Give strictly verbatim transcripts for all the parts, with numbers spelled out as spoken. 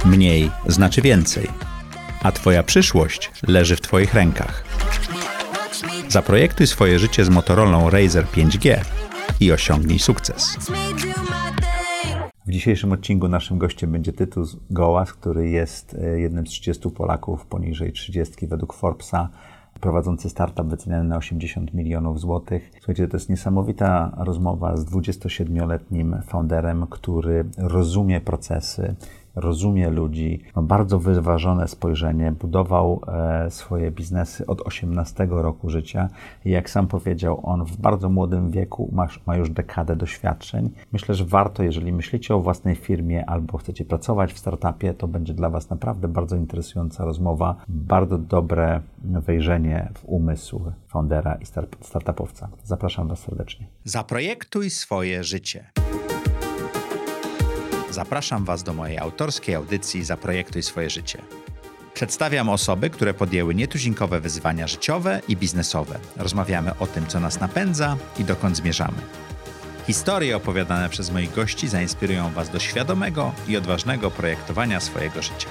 Mniej znaczy więcej, a Twoja przyszłość leży w Twoich rękach. Zaprojektuj swoje życie z Motorolą Razr pięć G i osiągnij sukces. W dzisiejszym odcinku naszym gościem będzie Tytus Gołas, który jest jednym z trzydziestu Polaków poniżej trzydziestki według Forbesa, prowadzący startup wyceniany na osiemdziesiąt milionów złotych. Słuchajcie, to jest niesamowita rozmowa z dwudziestosiedmioletnim founderem, który rozumie procesy, rozumie ludzi, ma bardzo wyważone spojrzenie, budował e, swoje biznesy od osiemnastego roku życia i jak sam powiedział, on w bardzo młodym wieku ma, ma już dekadę doświadczeń. Myślę, że warto, jeżeli myślicie o własnej firmie albo chcecie pracować w startupie, to będzie dla Was naprawdę bardzo interesująca rozmowa, bardzo dobre wejrzenie w umysł foundera i start, startupowca. Zapraszam Was serdecznie. Zaprojektuj swoje życie. Zapraszam Was do mojej autorskiej audycji Zaprojektuj swoje życie. Przedstawiam osoby, które podjęły nietuzinkowe wyzwania życiowe i biznesowe. Rozmawiamy o tym, co nas napędza i dokąd zmierzamy. Historie opowiadane przez moich gości zainspirują Was do świadomego i odważnego projektowania swojego życia.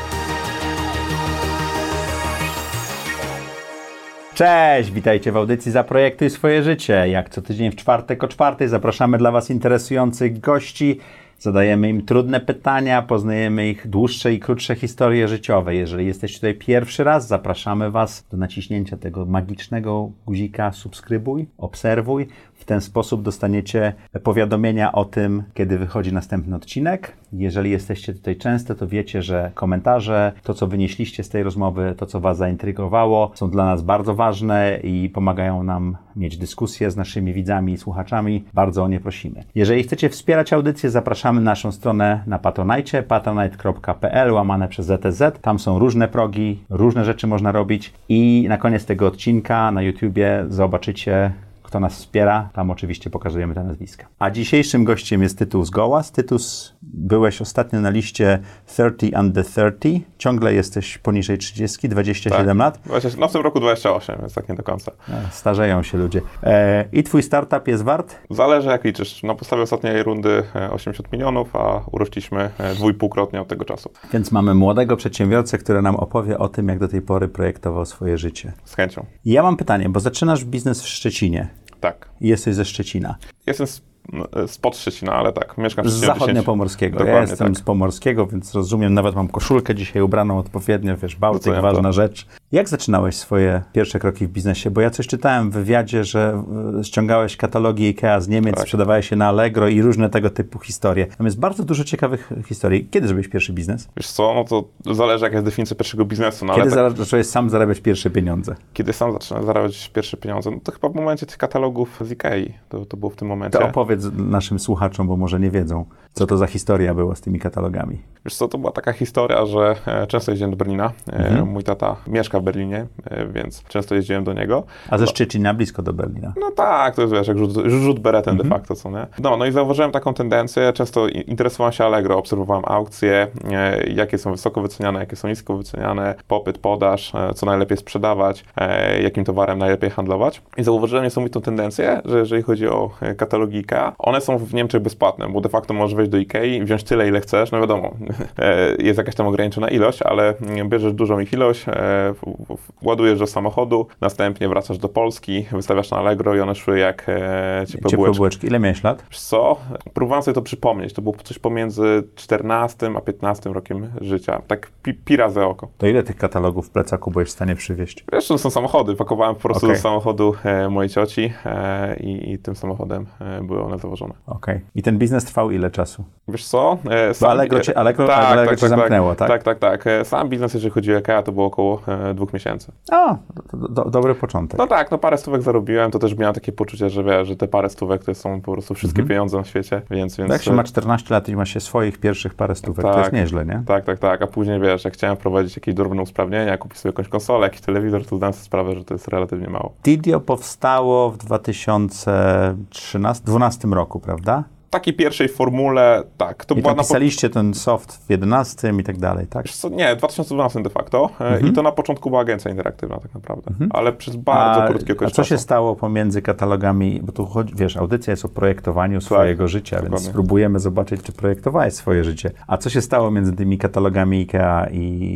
Cześć, witajcie w audycji Zaprojektuj swoje życie. Jak co tydzień w czwartek o czwartej zapraszamy dla Was interesujących gości. Zadajemy im trudne pytania, poznajemy ich dłuższe i krótsze historie życiowe. Jeżeli jesteście tutaj pierwszy raz, zapraszamy Was do naciśnięcia tego magicznego guzika subskrybuj, obserwuj. W ten sposób dostaniecie powiadomienia o tym, kiedy wychodzi następny odcinek. Jeżeli jesteście tutaj często, to wiecie, że komentarze, to co wynieśliście z tej rozmowy, to co Was zaintrygowało, są dla nas bardzo ważne i pomagają nam mieć dyskusję z naszymi widzami i słuchaczami. Bardzo o nie prosimy. Jeżeli chcecie wspierać audycję, zapraszamy na naszą stronę na Patronite, patronite kropka p l łamane przez Z T Z. Tam są różne progi, różne rzeczy można robić i na koniec tego odcinka na YouTubie zobaczycie, kto nas wspiera. Tam oczywiście pokazujemy te nazwiska. A dzisiejszym gościem jest Tytus Gołas. Tytus, byłeś ostatnio na liście trzydzieści under trzydzieści. Ciągle jesteś poniżej trzydziestki, dwadzieścia siedem tak. lat. No w tym roku dwadzieścia osiem, więc tak nie do końca. E, starzeją się ludzie. E, I twój startup jest wart? Zależy jak liczysz. Na podstawie ostatniej rundy osiemdziesiąt milionów, a urośliśmy dwójpółkrotnie od tego czasu. Więc mamy młodego przedsiębiorcę, który nam opowie o tym, jak do tej pory projektował swoje życie. Z chęcią. I ja mam pytanie, bo zaczynasz biznes w Szczecinie. Tak. I jesteś ze Szczecina. Jestem z, spod Szczecina, ale tak, mieszkam w Z Szczecinie. zachodniopomorskiego. Dokładnie, Ja jestem tak. z pomorskiego, więc rozumiem, nawet mam koszulkę dzisiaj ubraną odpowiednio, wiesz, Bałtyk, ważna to. rzecz. Jak zaczynałeś swoje pierwsze kroki w biznesie? Bo ja coś czytałem w wywiadzie, że ściągałeś katalogi IKEA z Niemiec, tak. sprzedawałeś je na Allegro i różne tego typu historie. Tam jest bardzo dużo ciekawych historii. Kiedy zrobiłeś pierwszy biznes? Wiesz co, no to zależy jaka jest definicja pierwszego biznesu. No, Kiedy ale tak, zacząłeś sam zarabiać pierwsze pieniądze? Kiedy sam zaczynałem zarabiać pierwsze pieniądze? No to chyba w momencie tych katalogów z Ikei. To, to było w tym momencie. To opowiedz naszym słuchaczom, bo może nie wiedzą, co to za historia była z tymi katalogami. Wiesz co, to była taka historia, że e, często jeździłem do Berlina. E, mhm. Mój tata mieszka w Berlinie, e, więc często jeździłem do niego. A ze Szczecina blisko do Berlina. No tak, to jest wiesz, jak rzut, rzut beretem mhm. de facto, co nie? No, no i zauważyłem taką tendencję, często interesowałem się Allegro, obserwowałem aukcje, e, jakie są wysoko wyceniane, jakie są nisko wyceniane, popyt, podaż, e, co najlepiej sprzedawać, e, jakim towarem najlepiej handlować. I zauważyłem niesamowitą tendencję, że jeżeli chodzi o e, katalogi IKEA, one są w Niemczech bezpłatne, bo de facto możesz wejść do Ikei i wziąć tyle, ile chcesz. No wiadomo, jest jakaś tam ograniczona ilość, ale bierzesz dużą ich ilość, ładujesz do samochodu, następnie wracasz do Polski, wystawiasz na Allegro i one szły jak ciepłe, ciepłe bułeczki. bułeczki. Ile miałeś lat? Wiesz co? Próbowałem sobie to przypomnieć. To było coś pomiędzy czternastym a piętnastym rokiem życia. Tak pi, pi razy oko. To ile tych katalogów w plecaku byłeś w stanie przywieźć? Wiesz, to są samochody. Pakowałem po prostu okay. do samochodu e, mojej cioci e, i, i tym samochodem e, były one zawożone. Okej. Okay. I ten biznes trwał ile czasu? Wiesz co? E, sam, Allegro cię, Allegro, tak, Allegro tak, cię tak, zamknęło, tak? Tak, tak, tak. Sam biznes, jeżeli chodzi o IKEA, to było około e, dwóch miesięcy. O, do, do, dobry początek. No tak, no parę stówek zarobiłem, to też miałem takie poczucie, że wiesz, że te parę stówek to są po prostu wszystkie mm-hmm. pieniądze na świecie, więc... więc jak się ma czternaście lat i ma się swoich pierwszych parę stówek, tak, to jest nieźle, nie? Tak, tak, tak, a później wiesz, jak chciałem wprowadzić jakieś drobne usprawnienia, kupić sobie jakąś konsolę, jakiś telewizor, to zdałem sobie sprawę, że to jest relatywnie mało. Tidio powstało w dwa tysiące trzynastym, dwunastym roku, prawda? takiej pierwszej formule, tak. To I była tam na pisaliście ten soft w jedenastym i tak dalej, tak? Wiesz co, nie, w dwa tysiące dwunastym de facto mhm. i to na początku była agencja interaktywna tak naprawdę, mhm. ale przez bardzo a, krótki okres A co czasu. się stało pomiędzy katalogami, bo tu chodzi, wiesz, audycja jest o projektowaniu tak, swojego życia, dokładnie. więc spróbujemy zobaczyć, czy projektowałeś swoje życie. A co się stało między tymi katalogami IKEA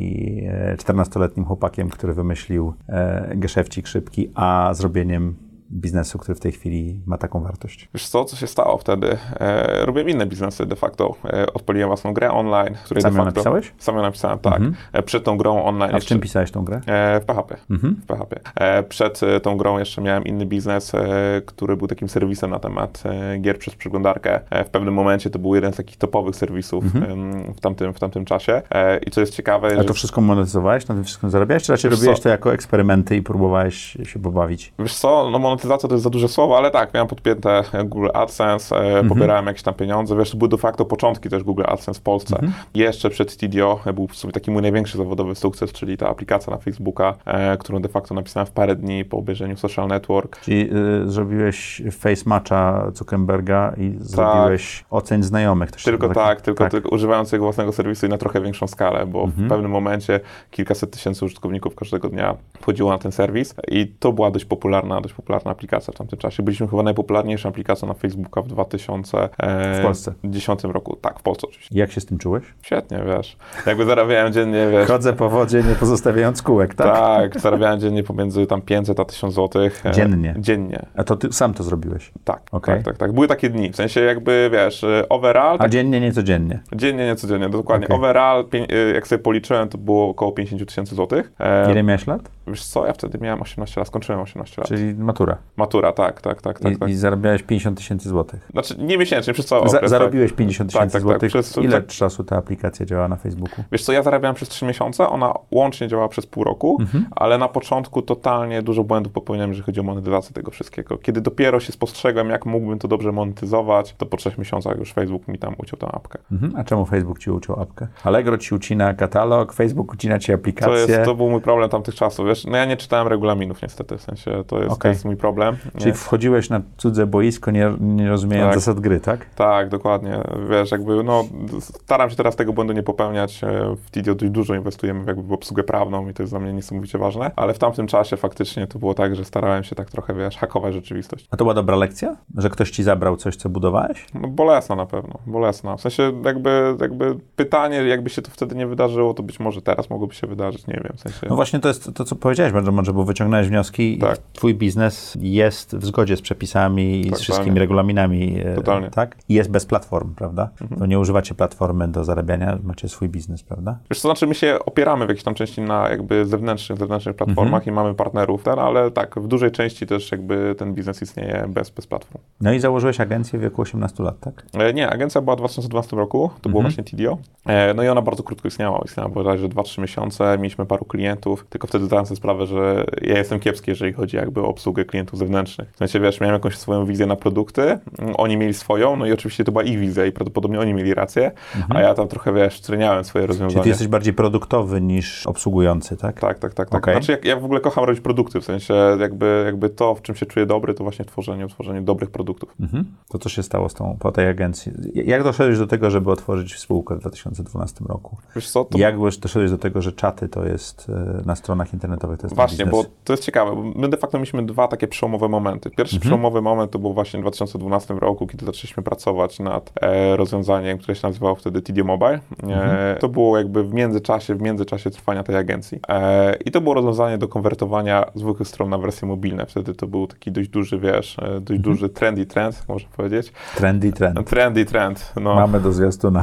i czternastoletnim chłopakiem, który wymyślił e, geszefcik szybki, a zrobieniem biznesu, który w tej chwili ma taką wartość? Wiesz co, co się stało wtedy? E, robiłem inne biznesy de facto. E, odpaliłem własną grę online, której Sam de ją facto... napisałeś? Sam ją napisałem, tak. Mhm. E, przed tą grą online... A w jeszcze... czym pisałeś tą grę? E, w P H P. Mhm. W P H P. E, przed e, tą grą jeszcze miałem inny biznes, e, który był takim serwisem na temat e, gier przez przeglądarkę. E, w pewnym momencie to był jeden z takich topowych serwisów mhm. e, w, tamtym, w tamtym czasie. E, I co jest ciekawe... A że... to wszystko monetyzowałeś? Na tym wszystkim zarabiałeś? Czy raczej Wiesz robiłeś co? to jako eksperymenty i próbowałeś się pobawić? Wiesz co, no monetyzacja to jest za duże słowo, ale tak, miałem podpięte Google AdSense, e, mhm. pobierałem jakieś tam pieniądze. Wiesz, to były de facto początki też Google AdSense w Polsce. Mhm. Jeszcze przed Tidio był w sumie taki mój największy zawodowy sukces, czyli ta aplikacja na Facebooka, e, którą de facto napisałem w parę dni po obejrzeniu Social Network. Czyli y, zrobiłeś face matcha Zuckerberga i tak. zrobiłeś oceń znajomych. To tylko tak, taki, tylko, tak. tylko używając jego własnego serwisu i na trochę większą skalę, bo mhm. w pewnym momencie kilkaset tysięcy użytkowników każdego dnia wchodziło na ten serwis i to była dość popularna, dość popularna aplikacja w tamtym czasie. Byliśmy chyba najpopularniejszą aplikacją na Facebooka w dwa tysiące dziesiątym roku. Tak, w Polsce oczywiście. Jak się z tym czułeś? Świetnie, wiesz. Jakby zarabiałem dziennie, wiesz. Chodzę po wodzie, nie pozostawiając kółek, tak? Tak, zarabiałem dziennie pomiędzy tam pięćset a tysiąc złotych. Dziennie? Dziennie. A to ty sam to zrobiłeś? Tak, okay. tak, tak, tak. Były takie dni, w sensie jakby, wiesz, overall... A tak, dziennie, nie codziennie? Dziennie, nie codziennie, dokładnie. Okay. Overall, jak sobie policzyłem, to było około pięćdziesiąt tysięcy złotych. Ile miałeś lat? Wiesz co, ja wtedy miałem osiemnaście lat, skończyłem osiemnaście lat. Czyli matura? Matura, tak, tak, tak. tak, I, tak. I zarabiałeś pięćdziesiąt tysięcy złotych? Znaczy, nie miesięcznie, przez cały okres. Za, zarobiłeś pięćdziesiąt tysięcy tak, złotych. Tak, tak, przez, Ile tak. czasu ta aplikacja działa na Facebooku? Wiesz co, ja zarabiałem przez trzy miesiące, ona łącznie działała przez pół roku, mhm. ale na początku totalnie dużo błędów popełniałem, jeżeli chodzi o monetyzację tego wszystkiego. Kiedy dopiero się spostrzegłem, jak mógłbym to dobrze monetyzować, to po trzech miesiącach już Facebook mi tam uciął tę apkę. Mhm. A czemu Facebook ci uciął apkę? Allegro ci ucina katalog, Facebook ucina ci aplikację. To, jest, to był mój problem tamtych czasów, wiesz, no ja nie czytałem regulaminów niestety, w sensie to jest, okay. to jest mój problem. Czyli nie? wchodziłeś na cudze boisko, nie, nie rozumiejąc tak. zasad gry, tak? Tak, dokładnie. Wiesz, jakby, no, staram się teraz tego błędu nie popełniać. W Tidio dość dużo inwestujemy jakby w obsługę prawną i to jest dla mnie niesamowicie ważne, ale w tamtym czasie faktycznie to było tak, że starałem się tak trochę, wiesz, hakować rzeczywistość. A to była dobra lekcja? Że ktoś ci zabrał coś, co budowałeś? No, bolesna na pewno, bolesna. W sensie jakby, jakby pytanie, jakby się to wtedy nie wydarzyło, to być może teraz mogłoby się wydarzyć, nie wiem, w sensie... No właśnie to jest to, co powiedziałeś bardzo mądrze, bo wyciągnąłeś wnioski tak. i twój biznes jest w zgodzie z przepisami i tak, z wszystkimi totalnie. regulaminami. Totalnie. Tak? I jest bez platform, prawda? Mhm. To nie używacie platformy do zarabiania, macie swój biznes, prawda? Wiesz, to znaczy my się opieramy w jakiejś tam części na jakby zewnętrznych, zewnętrznych platformach mhm. i mamy partnerów, ten, ale tak, w dużej części też jakby ten biznes istnieje bez, bez platform. No i założyłeś agencję w wieku osiemnastu lat, tak? E, nie, agencja była w dwa tysiące dwunastym roku, to mhm. było właśnie Tidio. E, no i ona bardzo krótko istniała, istniała bodajże dwa trzy miesiące, mieliśmy paru klientów, tylko wtedy zdałem sobie sprawę, że ja jestem kiepski, jeżeli chodzi jakby o obsługę klientów zewnętrznych. W sensie, wiesz, miałem jakąś swoją wizję na produkty, oni mieli swoją, no i oczywiście to była ich wizja i prawdopodobnie oni mieli rację, mhm. a ja tam trochę, wiesz, treniałem swoje rozwiązania. Czyli ty jesteś bardziej produktowy niż obsługujący, tak? Tak, tak, tak. tak. Okay. Znaczy, ja, ja w ogóle kocham robić produkty, w sensie jakby, jakby to, w czym się czuję dobry, to właśnie tworzenie, tworzenie dobrych produktów. Mhm. To co się stało z tą, po tej agencji? Jak doszedłeś do tego, żeby otworzyć spółkę w dwa tysiące dwunastym roku? Wiesz co? To... Jak doszedłeś do tego, że czaty to jest na stronach internetowych, to jest Właśnie, biznes? bo to jest ciekawe, bo my de facto mieliśmy dwa takie przełomowe momenty. Pierwszy mhm. przełomowy moment to był właśnie w dwa tysiące dwunastym roku, kiedy zaczęliśmy pracować nad e, rozwiązaniem, które się nazywało wtedy Tidio Mobile. E, mhm. To było jakby w międzyczasie, w międzyczasie trwania tej agencji. E, I to było rozwiązanie do konwertowania zwykłych stron na wersje mobilne. Wtedy to był taki dość duży, wiesz, dość mhm. duży trendy trend, można powiedzieć. Trendy trend. Trendy trend, no. Mamy do zwiastuna.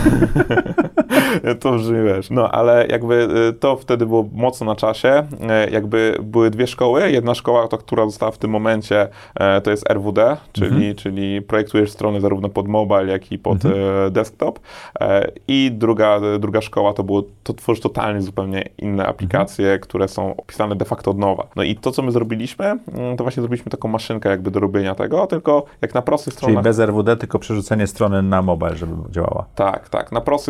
To brzmi, wiesz. No, ale jakby to wtedy było mocno na czasie. Jakby były dwie szkoły. Jedna szkoła, ta, która została w tym momencie, to jest R W D, czyli, mhm. czyli projektujesz strony zarówno pod mobile, jak i pod mhm. desktop. I druga, druga szkoła to było, to tworzysz totalnie zupełnie inne aplikacje, mhm. które są opisane de facto od nowa. No i to, co my zrobiliśmy, to właśnie zrobiliśmy taką maszynkę jakby do robienia tego, tylko jak na prostych stronach... Czyli bez R W D, tylko przerzucenie strony na mobile, żeby działała. Tak, tak. Na prostych stronach to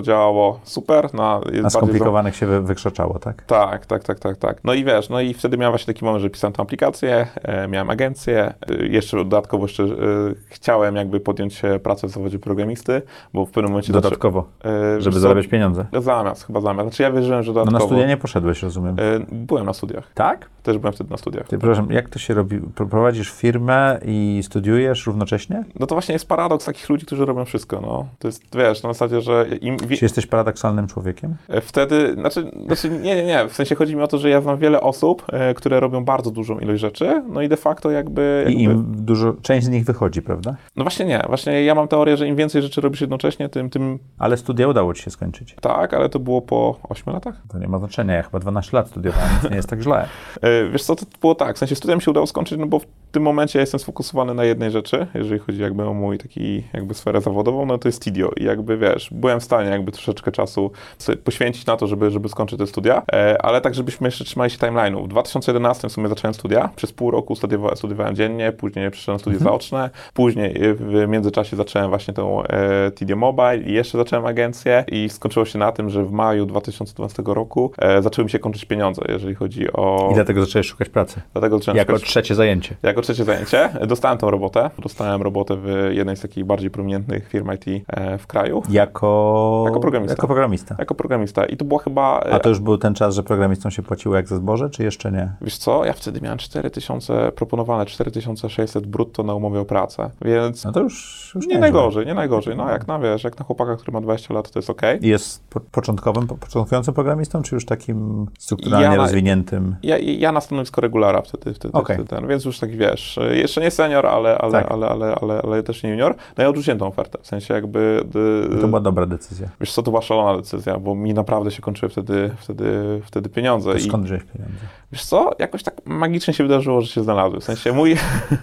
podziałało super. Na, A skomplikowanych się wy, wykrzaczało, tak? Tak, tak, tak, tak, tak. No i wiesz, no i wtedy miałem właśnie taki moment, że pisałem tą aplikację, e, miałem agencję, e, jeszcze dodatkowo jeszcze e, chciałem jakby podjąć pracę w zawodzie programisty, bo w pewnym momencie... Dodatkowo, e, żeby co, zarabiać pieniądze. Zamiast, chyba zamiast. Znaczy ja wierzyłem, że dodatkowo... No na studia nie poszedłeś, rozumiem. E, byłem na studiach. Tak? Też byłem wtedy na studiach. Ty, przepraszam, jak to się robi? Prowadzisz firmę i studiujesz równocześnie? No to właśnie jest paradoks takich ludzi, którzy robią wszystko, no. To jest, wiesz, na zasadzie, że im... Wi- Czy jesteś paradoksalnym człowiekiem? Wtedy, znaczy, znaczy, nie, nie, nie, w sensie chodzi mi o to, że ja znam wiele osób, e, które robią bardzo dużą ilość rzeczy, no i de facto jakby... jakby... I im dużo, część z nich wychodzi, prawda? No właśnie nie, właśnie ja mam teorię, że im więcej rzeczy robisz jednocześnie, tym... tym... Ale studia udało ci się skończyć. Tak, ale to było po ośmiu latach? To nie ma znaczenia, ja chyba dwanaście lat studiowałem, więc nie jest tak źle. E, wiesz co, to było tak, w sensie studia mi się udało skończyć, no bo w tym momencie ja jestem sfokusowany na jednej rzeczy, jeżeli chodzi jakby o mój taki jakby sferę zawodową, no to jest Tidio i jakby wiesz, byłem w stanie jakby troszeczkę czasu sobie poświęcić na to, żeby, żeby skończyć te studia, e, ale tak żebyśmy jeszcze trzymali się timeline'u. W dwa tysiące jedenastym w sumie zacząłem studia, przez pół roku studiowałem, studiowałem dziennie, później przyszedłem studia mhm. zaoczne, później w międzyczasie zacząłem właśnie tą e, Tidio Mobile i jeszcze zacząłem agencję i skończyło się na tym, że w maju dwa tysiące dwunastego roku e, zaczęły mi się kończyć pieniądze, jeżeli chodzi o... I dlatego zacząłeś szukać pracy? Dlatego zacząłem Jako szukać... trzecie zajęcie? Jako trzecie zajęcie. Dostałem tą robotę. Dostałem robotę w jednej z takich bardziej prominentnych firm I T e, w kraju. Jako... Jako programista. Jako programista. Jako programista. I to była chyba... A to już był ten czas, że programistom się płaciło jak za zboże, czy jeszcze nie? Wiesz co, ja wtedy miałem cztery tysiące proponowane, cztery tysiące sześćset brutto na umowie o pracę, więc... No to już... już nie najgorzej, nie najgorzej. No jak na, wiesz, jak na chłopaka, który ma dwadzieścia lat, to jest okej. I jest po, początkowym, po, początkującym programistą, czy już takim strukturalnie ja na, rozwiniętym? Ja, ja na stanowisko regulara wtedy, wtedy, okay. wtedy ten, więc już tak wiesz, jeszcze nie senior, ale, ale, tak. ale, ale, ale, ale też nie junior. No ja odrzuciłem tą ofertę, w sensie jakby... D, to była dobra decyzja. Wiesz co, to była szalona decyzja, bo mi naprawdę się kończyły wtedy, wtedy, wtedy pieniądze. To skąd wziąłeś pieniądze? Wiesz co, jakoś tak magicznie się wydarzyło, że się znalazły, w sensie mój...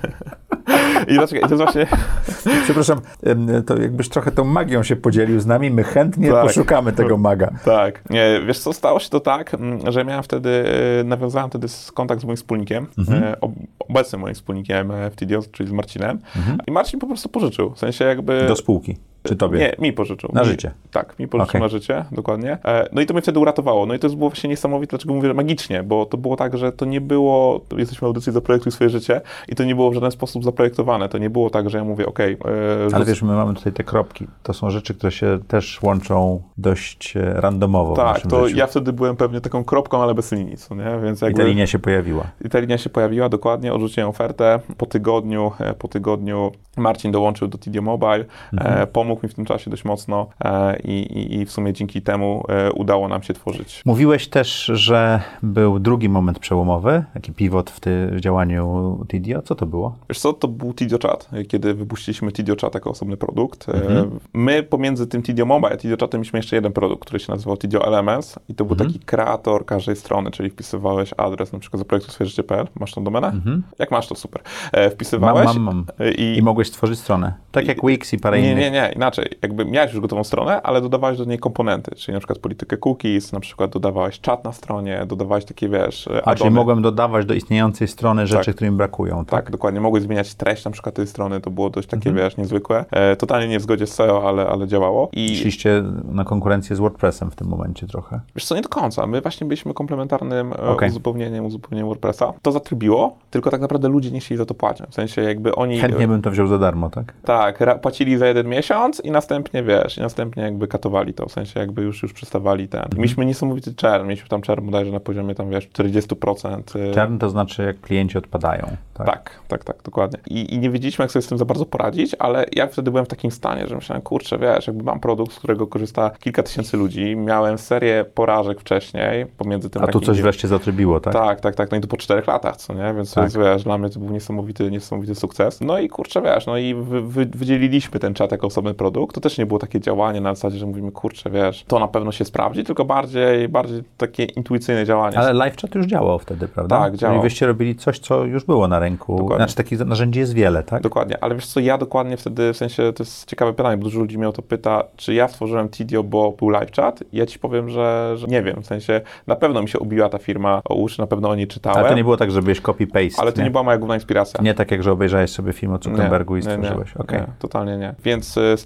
I dlaczego? I to jest właśnie... Przepraszam, to jakbyś trochę tą magią się podzielił z nami, my chętnie tak. poszukamy tego maga. Tak. Wiesz co, stało się to tak, że miałem wtedy, nawiązałem wtedy kontakt z moim wspólnikiem, mhm. obecnym moim wspólnikiem w Tidio, czyli z Marcinem mhm. i Marcin po prostu pożyczył, w sensie jakby... Do spółki. Czy tobie? Nie, mi pożyczył. Na mi, życie? Tak, mi pożyczył okay. na życie, dokładnie. No i to mnie wtedy uratowało. No i to było właśnie niesamowite, dlaczego mówię, że magicznie, bo to było tak, że to nie było, jesteśmy w audycji Zaprojektuj swoje życie i to nie było w żaden sposób zaprojektowane. To nie było tak, że ja mówię, okej. Okay, yy, Ale wiesz, my mamy tutaj te kropki. To są rzeczy, które się też łączą dość randomowo tak, w naszym to życiu. Ja wtedy byłem pewnie taką kropką, ale bez linii, co nie? Więc jakby, I ta linia się pojawiła. I ta linia się pojawiła, dokładnie. Odrzuciłem ofertę. Po tygodniu, po tygodniu Marcin dołączył do Tidio Mobile. Mhm. Pomógł mi w tym czasie dość mocno i, i, i w sumie dzięki temu udało nam się tworzyć. Mówiłeś też, że był drugi moment przełomowy, taki pivot w, ty, w działaniu Tidio. Co to było? Wiesz co, to był Tidio Chat, kiedy wypuściliśmy Tidio Chat jako osobny produkt. Mhm. My pomiędzy tym Tidio Mobile a Tidio Chatem mieliśmy jeszcze jeden produkt, który się nazywał Tidio L M S i to był mhm. taki kreator każdej strony, czyli wpisywałeś adres na przykład zaprojektuj swoje życie kropka p l. Masz tą domenę? Mhm. Jak masz, to super. Wpisywałeś mam, mam, mam. I, I mogłeś stworzyć stronę. Tak jak Wix i parę nie, innych. Nie, nie, inaczej. Jakby miałeś już gotową stronę, ale dodawałeś do niej komponenty, czyli na przykład politykę cookies, na przykład dodawałeś czat na stronie, dodawałeś takie, wiesz, A, addony. Czyli mogłem dodawać do istniejącej strony rzeczy, tak. które mi brakują, tak? Tak, dokładnie. Mogłeś zmieniać treść na przykład tej strony, to było dość takie, mhm. wiesz, niezwykłe. E, totalnie nie w zgodzie z S E O, ale, ale działało. I szliście na konkurencję z WordPressem w tym momencie trochę. Wiesz co, nie do końca. My właśnie byliśmy komplementarnym okay. uzupełnieniem, uzupełnieniem WordPressa. To zatrybiło, tylko tak naprawdę ludzie nie chcieli za to płacić. W sensie jakby oni... Chętnie bym to wziął za darmo, tak? Tak, płacili za jeden miesiąc i następnie, wiesz, i następnie jakby katowali to, w sensie jakby już, już przestawali ten. Mhm. Mieliśmy niesamowity churn, mieliśmy tam churn bodajże na poziomie tam, wiesz, czterdzieści procent. Churn to znaczy, jak klienci odpadają, tak? Tak, tak, tak, dokładnie. I, I nie wiedzieliśmy, jak sobie z tym za bardzo poradzić, ale ja wtedy byłem w takim stanie, że myślałem, kurczę, wiesz, jakby mam produkt, z którego korzysta kilka tysięcy ludzi, miałem serię porażek wcześniej, pomiędzy tym... A tu coś wreszcie zatrybiło, tak? Tak, tak, tak, no i to po czterech latach, co nie? Więc, tak. więc wiesz, dla mnie to był niesamowity, niesamowity sukces. No i kurczę, wiesz, no i wy, wy, wydzieliliśmy ten czat jako osobny produkt. To też nie było takie działanie na zasadzie, że mówimy, kurczę, wiesz, to na pewno się sprawdzi, tylko bardziej, bardziej takie intuicyjne działanie. Ale live chat już działał wtedy, prawda? Tak, działał. Czyli wyście robili coś, co już było na rynku. Dokładnie. Znaczy takich narzędzi jest wiele, tak? Dokładnie, ale wiesz co, ja dokładnie wtedy, w sensie, to jest ciekawe pytanie, bo dużo ludzi mnie o to pyta, czy ja stworzyłem Tidio, bo był live chat? Ja ci powiem, że, że nie wiem, w sensie, na pewno mi się obiła ta firma o uszy, na pewno o niej czytałem. Ale to nie było tak, że byłeś copy-paste, Ale to nie? nie była moja główna inspiracja. Nie tak jak, że obejrzałeś sobie film o Zuckerbergu i stworzyłeś. Nie, okay. nie, totalnie nie. Więc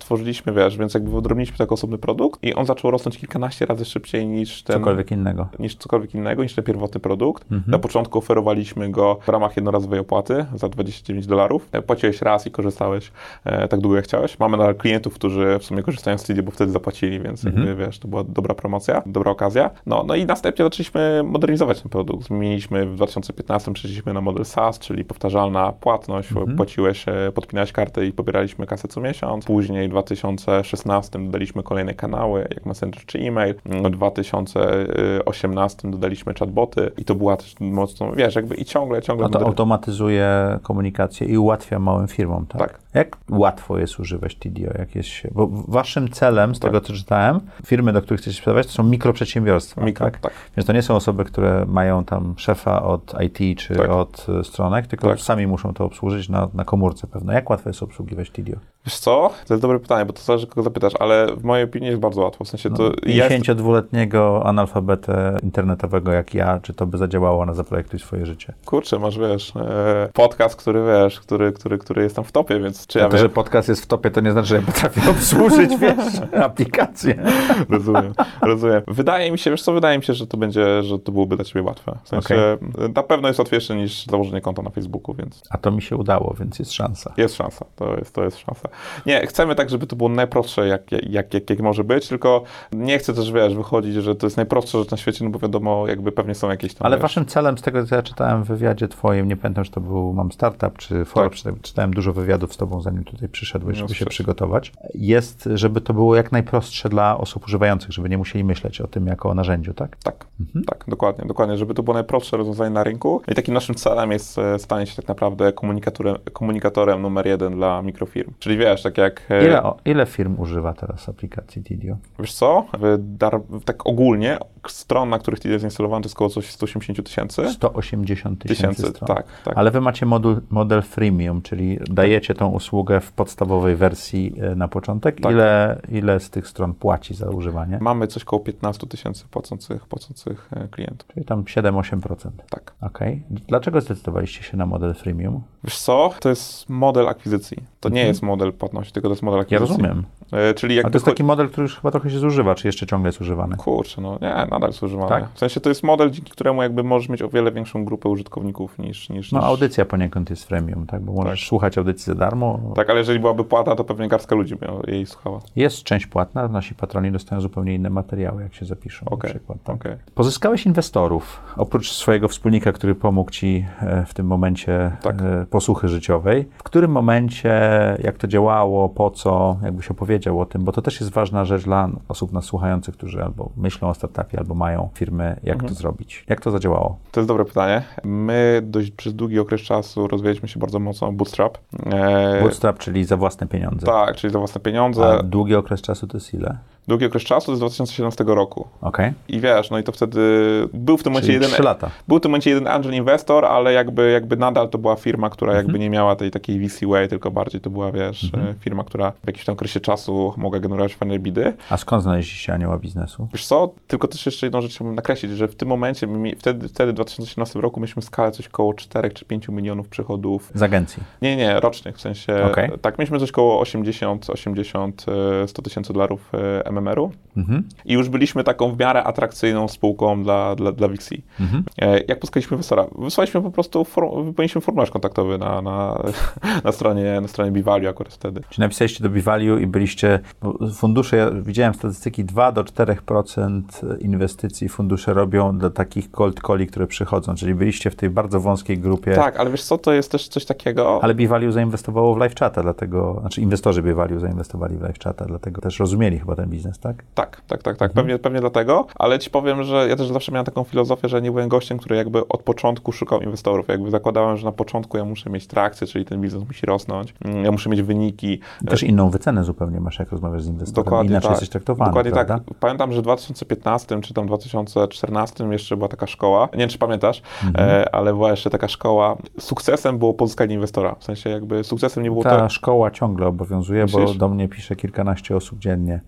stworzyliśmy, wiesz, więc jakby wydrobniliśmy taki osobny produkt i on zaczął rosnąć kilkanaście razy szybciej niż ten... Cokolwiek innego. Niż cokolwiek innego, niż ten pierwotny produkt. Mhm. Na początku oferowaliśmy go w ramach jednorazowej opłaty za dwadzieścia dziewięć dolarów. Płaciłeś raz i korzystałeś e, tak długo jak chciałeś. Mamy nadal klientów, którzy w sumie korzystają z Tidio, bo wtedy zapłacili, więc Mhm. jakby, wiesz, to była dobra promocja, dobra okazja. No, no i następnie zaczęliśmy modernizować ten produkt. Zmieniliśmy w dwa tysiące piętnastym, przeszliśmy na model SaaS, czyli powtarzalna płatność. Mhm. Płaciłeś, pobierałeś kartę i pobieraliśmy kasę co miesiąc. Później w dwa tysiące szesnastym dodaliśmy kolejne kanały, jak Messenger czy e-mail. W dwa tysiące osiemnastym dodaliśmy chatboty i to była też mocno, wiesz, jakby i ciągle, ciągle... A to moder- automatyzuje komunikację i ułatwia małym firmom, tak? Tak. Jak łatwo jest używać Tidio? Jak jest się... Bo waszym celem, z Tak. tego co czytałem, firmy, do których chcecie sprzedawać, to są mikroprzedsiębiorstwa, Mikro, tak? tak. Więc to nie są osoby, które mają tam szefa od I T czy Tak. od y, stronek, tylko Tak. sami muszą to obsłużyć na, na komórce pewno. Jak łatwo jest obsługiwać Tidio? Wiesz co? To jest dobre pytanie, bo to zależy, kogo zapytasz, ale w mojej opinii jest bardzo łatwo. W sensie to No, jest... pięćdziesięciodwuletniego analfabetę internetowego jak ja, czy to by zadziałało na Zaprojektuj swoje życie? Kurczę, masz, wiesz, e, podcast, który, wiesz, który, który, który jest tam w topie, więc czy ja A to, wiem? że podcast jest w topie, to nie znaczy, że ja potrafię obsłużyć, wiesz, aplikację. Rozumiem, rozumiem. Wydaje mi się, wiesz co, wydaje mi się, że to będzie, że to byłoby dla ciebie łatwe. W sensie, okay. na pewno jest łatwiejsze niż założenie konta na Facebooku, więc... A to mi się udało, więc jest szansa. Jest szansa, to jest, to jest szansa. Nie, chcemy tak, żeby to było najprostsze, jak, jak, jak, jak może być, tylko nie chcę też, wiesz, wychodzić, że to jest najprostsza rzecz na świecie, no bo wiadomo, jakby pewnie są jakieś tam... Ale wiesz, waszym celem, z tego co ja czytałem w wywiadzie twoim, nie pamiętam, czy to był Mam Startup, czy Forbes, tak. Czytałem dużo wywiadów z tobą, zanim tutaj przyszedłeś, żeby no, się przygotować, jest, żeby to było jak najprostsze dla osób używających, żeby nie musieli myśleć o tym jako o narzędziu, tak? Tak, mhm. tak, dokładnie, dokładnie, żeby to było najprostsze rozwiązanie na rynku. I takim naszym celem jest stanie się tak naprawdę komunikatorem, komunikatorem numer jeden dla mikrofirm. Czyli wiesz, tak jak... Ile, o, ile firm używa teraz aplikacji Tidio? Wiesz co? Dar, tak ogólnie stron, na których Tidio jest instalowany, to jest około coś sto osiemdziesiąt tysięcy. sto osiemdziesiąt tysięcy stron. Tak, tak. Ale wy macie modul, model freemium, czyli dajecie tą usługę w podstawowej wersji na początek. Tak. Ile, ile z tych stron płaci za używanie? Mamy coś koło piętnaście tysięcy płacących, płacących klientów. Czyli tam siedem do ośmiu procent. Tak. Okej. Okay. Dlaczego zdecydowaliście się na model freemium? Wiesz co? To jest model akwizycji. To nie mhm. jest model płatności, tylko to jest model akwizycji. Ja rozumiem. E, czyli jakby A to jest taki model, który już chyba trochę się zużywa, czy jeszcze ciągle jest używany? Kurczę, no nie, nadal jest używany. Tak? W sensie to jest model, dzięki któremu jakby możesz mieć o wiele większą grupę użytkowników niż... niż no niż... audycja poniekąd jest freemium, tak? Bo możesz tak. słuchać audycji za darmo. Tak, ale jeżeli byłaby płata, to pewnie garstka ludzi by jej słuchała. Jest część płatna, nasi patroni dostają zupełnie inne materiały, jak się zapiszą Okay. na przykład. Tak? Okay. Pozyskałeś inwestorów, oprócz swojego wspólnika, który pomógł ci w tym momencie tak. posłuchy życiowej. W którym momencie, jak to działało, po co, jakbyś opowiedział o tym, bo to też jest ważna rzecz dla osób nas słuchających, którzy albo myślą o startupie, albo mają firmy, jak mhm. to zrobić. Jak to zadziałało? To jest dobre pytanie. My dość przez długi okres czasu rozwijaliśmy się bardzo mocno Bootstrap. E... Bootstrap, czyli za własne pieniądze. Tak, czyli za własne pieniądze. A długi okres czasu to jest ile? Długi okres czasu to jest dwa tysiące siedemnastego roku. Okej. Okay. I wiesz, no i to wtedy był w tym momencie Czyli jeden... trzy lata. Był w tym momencie jeden angel inwestor, ale jakby, jakby nadal to była firma, która mhm. jakby nie miała tej takiej V C way, tylko bardziej to była, wiesz, mhm. firma, która w jakimś tam okresie czasu mogła generować fajne bidy. A skąd znaleźliście anioła biznesu? Wiesz co, tylko też jeszcze jedną rzecz chciałbym nakreślić, że w tym momencie, my, wtedy, wtedy w dwa tysiące siedemnastym roku mieliśmy skalę coś koło cztery czy pięć milionów przychodów. Z agencji? Nie, nie, rocznych, w sensie, okay. tak, mieliśmy coś koło osiemdziesiąt, osiemdziesiąt, sto tysięcy dolarów M M R-u. Mhm. I już byliśmy taką w miarę atrakcyjną spółką dla, dla, dla V C. Mhm. Jak pozyskaliśmy inwestora? Wysłaliśmy po prostu, form, wypełniliśmy formularz kontaktowy na, na, na stronie, na stronie BeValue akurat wtedy. Czyli napisaliście do BeValue i byliście, fundusze, ja widziałem statystyki, dwa do czterech procent inwestycji fundusze robią dla takich cold calli, które przychodzą, czyli byliście w tej bardzo wąskiej grupie. Tak, ale wiesz co, to jest też coś takiego... Ale BeValue zainwestowało w LiveChata, dlatego, znaczy inwestorzy BeValue zainwestowali w LiveChata, dlatego też rozumieli chyba ten biznes, tak? Tak, tak, tak, tak. Pewnie, pewnie dlatego, ale ci powiem, że ja też zawsze miałem taką filozofię, że nie byłem gościem, który jakby od początku szukał inwestorów. Jakby zakładałem, że na początku ja muszę mieć trakcję, czyli ten biznes musi rosnąć, ja muszę mieć wyniki. Też inną wycenę zupełnie masz, jak rozmawiasz z inwestorem. Dokładnie Inaczej tak. jesteś traktowany, Dokładnie prawda? tak. Pamiętam, że w dwa tysiące piętnastym czy tam dwa tysiące czternastym jeszcze była taka szkoła, nie wiem, czy pamiętasz, mhm. e, ale była jeszcze taka szkoła. Sukcesem było pozyskanie inwestora. W sensie jakby sukcesem nie było Ta to... szkoła ciągle obowiązuje, Myślisz? Bo do mnie pisze kilkanaście osób dziennie. Okay.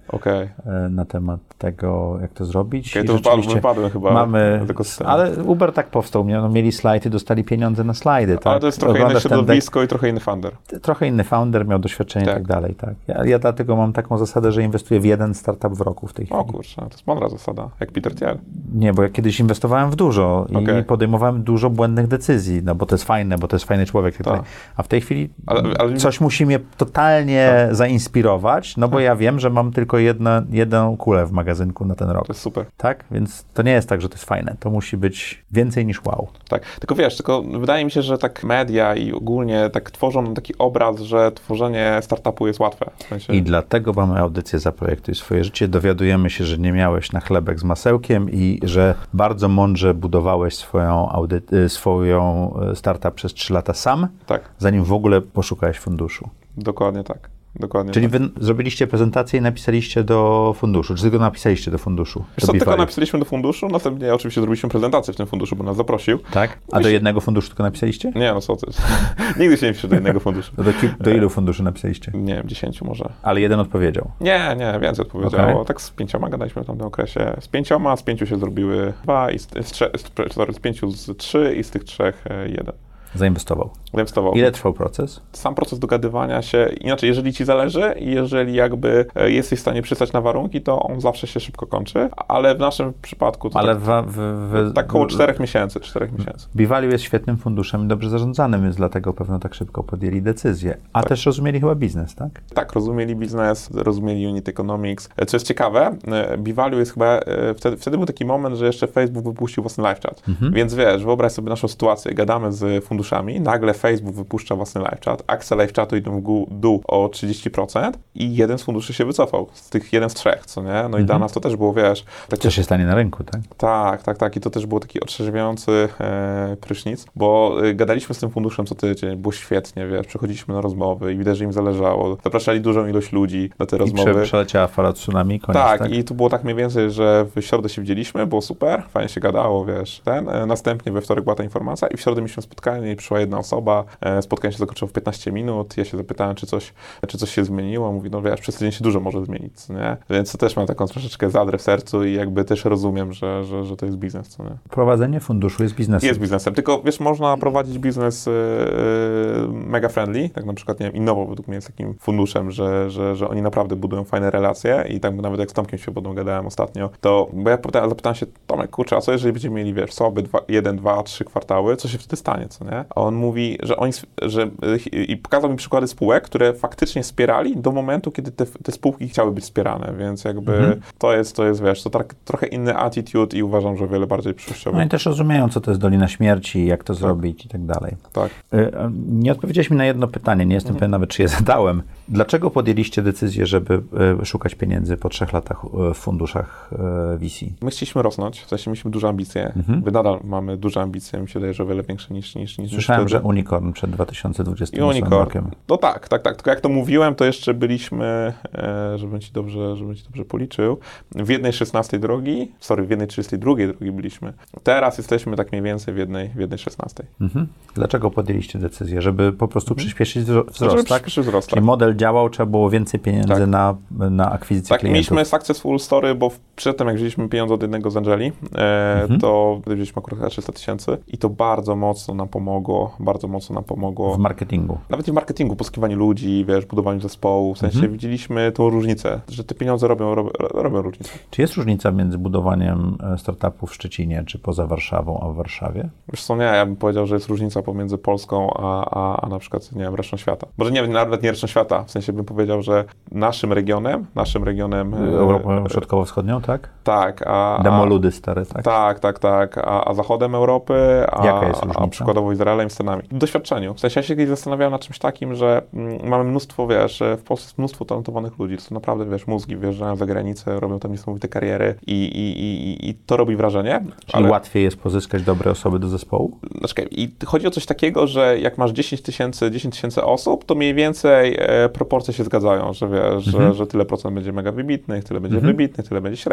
okay. na temat tego, jak to zrobić. Okay, to rzeczywiście wypadłem chyba. Mamy, ale Uber tak powstał. No, mieli slajdy, dostali pieniądze na slajdy. Tak? Ale to jest trochę Oglądasz inne środowisko i trochę inny founder. Trochę inny founder, miał doświadczenie i tak. tak dalej. Tak. Ja, ja dlatego mam taką zasadę, że inwestuję w jeden startup w roku w tej chwili. O kurczę, to jest mądra zasada, jak Peter Thiel. Nie, bo ja kiedyś inwestowałem w dużo i okay. podejmowałem dużo błędnych decyzji, no bo to jest fajne, bo to jest fajny człowiek. Tak. A w tej chwili ale, ale... coś musi mnie totalnie tak. zainspirować, no bo tak. ja wiem, że mam tylko jedno, jedną kulę w magazynku na ten rok. To jest super. Tak? Więc to nie jest tak, że to jest fajne. To musi być więcej niż wow. Tak. Tylko wiesz, tylko wydaje mi się, że tak media i ogólnie tak tworzą nam taki obraz, że tworzenie startupu jest łatwe. W sensie... I dlatego mamy audycję Zaprojektuj swoje życie. Dowiadujemy się, że nie miałeś na chlebek z masełkiem i że bardzo mądrze budowałeś swoją, audy- swoją startup przez trzy lata sam, tak. zanim w ogóle poszukałeś funduszu. Dokładnie tak. Dokładnie Czyli tak. wy zrobiliście prezentację i napisaliście do funduszu, czy tylko napisaliście do funduszu? Wiesz co, tylko napisaliśmy do funduszu, następnie oczywiście zrobiliśmy prezentację w tym funduszu, bo nas zaprosił. Tak? A do jednego funduszu tylko napisaliście? Nie, no co ty. Nigdy się nie pisze do jednego funduszu. Do, do ilu funduszy napisaliście? Nie wiem, dziesięciu może. Ale jeden odpowiedział? Nie, nie, więcej odpowiedziało. Okay. Tak z pięcioma gadaliśmy w tamtym okresie. Z pięcioma, z pięciu się zrobiły dwa, i z, z, trze, z, z pięciu z trzy i z tych trzech jeden. Zainwestował. Zainwestował. Ile trwał proces? Sam proces dogadywania się, inaczej, jeżeli ci zależy i jeżeli jakby jesteś w stanie przystać na warunki, to on zawsze się szybko kończy, ale w naszym przypadku to ale tak, w, w, w, tak około czterech miesięcy, czterech miesięcy. B-Value jest świetnym funduszem i dobrze zarządzanym, więc dlatego pewno tak szybko podjęli decyzję. A tak. też rozumieli chyba biznes, tak? Tak, rozumieli biznes, rozumieli unit economics. Co jest ciekawe, B-Value jest chyba, wtedy, wtedy był taki moment, że jeszcze Facebook wypuścił własny live chat. Mhm. Więc wiesz, wyobraź sobie naszą sytuację, gadamy z funduszami, nagle Facebook wypuszcza własny live chat, akcje live chatu idą w dół o trzydzieści procent i jeden z funduszy się wycofał, z tych jeden z trzech, co nie? No mhm. i dla nas to też było, wiesz... Tak, co się stanie na rynku, tak? Tak, tak, tak i to też było taki otrzeźwiający e, prysznic, bo e, gadaliśmy z tym funduszem co tydzień, było świetnie, wiesz, przechodziliśmy na rozmowy i widać, że im zależało, zapraszali dużą ilość ludzi na te I rozmowy. I przeleciała fala tsunami, koniec, tak, tak? i tu było tak mniej więcej, że w środę się widzieliśmy, było super, fajnie się gadało, wiesz, ten, e, następnie we wtorek była ta informacja i w środę mieliśmy spotkanie i przyszła jedna osoba, e, spotkanie się zakończyło w piętnaście minut, ja się zapytałem, czy coś, czy coś się zmieniło, mówi, no wiesz, przez tydzień się dużo może zmienić, co nie? Więc to też mam taką troszeczkę zadrę w sercu i jakby też rozumiem, że, że, że to jest biznes, co nie? Prowadzenie funduszu jest biznesem. Jest biznesem, tylko wiesz, można prowadzić biznes yy, mega friendly, tak na przykład, nie wiem, Innowo według mnie jest takim funduszem, że, że, że oni naprawdę budują fajne relacje i tak nawet jak z Tomkiem Świebodą gadałem ostatnio, to, bo ja zapytałem, zapytałem się, Tomek, kurczę, a co jeżeli będziemy mieli, wiesz, słabe dwa, jeden, dwa, trzy kwartały, co się wtedy stanie, co nie? A on mówi, że oni, że i pokazał mi przykłady spółek, które faktycznie wspierali do momentu, kiedy te, te spółki chciały być wspierane, więc jakby mhm. to jest, to jest, wiesz, to tak, trochę inny attitude i uważam, że o wiele bardziej przyszłościowy. No i też rozumieją, co to jest Dolina Śmierci, jak to tak. zrobić i tak dalej. Tak. Nie odpowiedziałeś mi na jedno pytanie, nie jestem mhm. pewien nawet, czy je zadałem. Dlaczego podjęliście decyzję, żeby szukać pieniędzy po trzech latach w funduszach V C? My chcieliśmy rosnąć, w sensie mieliśmy duże ambicje. Mhm. My nadal mamy duże ambicje, mi się wydaje, że o wiele większe niż niż niż Słyszałem, że unicorn przed dwa tysiące dwudziestym ósmym rokiem. No tak, tak, tak. Tylko jak to mówiłem, to jeszcze byliśmy, e, żebym ci dobrze, żebym ci dobrze policzył, w jednej szesnastej drogi, sorry, w jednej trzydziestej drugiej drogi byliśmy. Teraz jesteśmy tak mniej więcej w jednej, w jednej szesnastej. Mhm. Dlaczego podjęliście decyzję? Żeby po prostu mhm. przyspieszyć wzrost, żeby tak? Przyspieszyć wzrost, Czyli tak. model działał, trzeba było więcej pieniędzy tak. na, na akwizycję tak, klientów. Tak, mieliśmy successful story, bo przedtem jak wzięliśmy pieniądze od jednego z Angeli, e, mhm. to wzięliśmy akurat trzysta tysięcy i to bardzo mocno nam pomogło, bardzo mocno nam pomogło. W marketingu. Nawet i w marketingu, pozyskiwaniu ludzi, wiesz, budowaniu zespołu, w sensie mhm. widzieliśmy tą różnicę, że te pieniądze robią, robią, robią różnicę. Czy jest różnica między budowaniem startupów w Szczecinie, czy poza Warszawą, a w Warszawie? Wiesz co, nie, ja bym powiedział, że jest różnica pomiędzy Polską, a, a, a na przykład, nie wiem, resztą świata. Może nie, nawet nie resztą świata, w sensie bym powiedział, że naszym regionem, naszym regionem... Europą e, Środkowo-Wschodnią, tak? Tak. A, Demoludy stare, tak? Tak, tak, tak. A, a zachodem Europy, a, Jaka jest różnica? A przykładowo Izraelem i Stanami. W doświadczeniu. W sensie ja się kiedyś zastanawiałem nad czymś takim, że mm, mamy mnóstwo, wiesz, w Polsce jest mnóstwo talentowanych ludzi, to naprawdę, wiesz, mózgi wjeżdżają za granicę, robią tam niesamowite kariery i, i, i, i to robi wrażenie. Czyli ale... łatwiej jest pozyskać dobre osoby do zespołu? Znaczy, i chodzi o coś takiego, że jak masz dziesięć tysięcy osób, to mniej więcej e, proporcje się zgadzają, że wiesz, mhm. że, że tyle procent będzie mega wybitnych, tyle będzie mhm. wybitnych, tyle będzie średnich i tak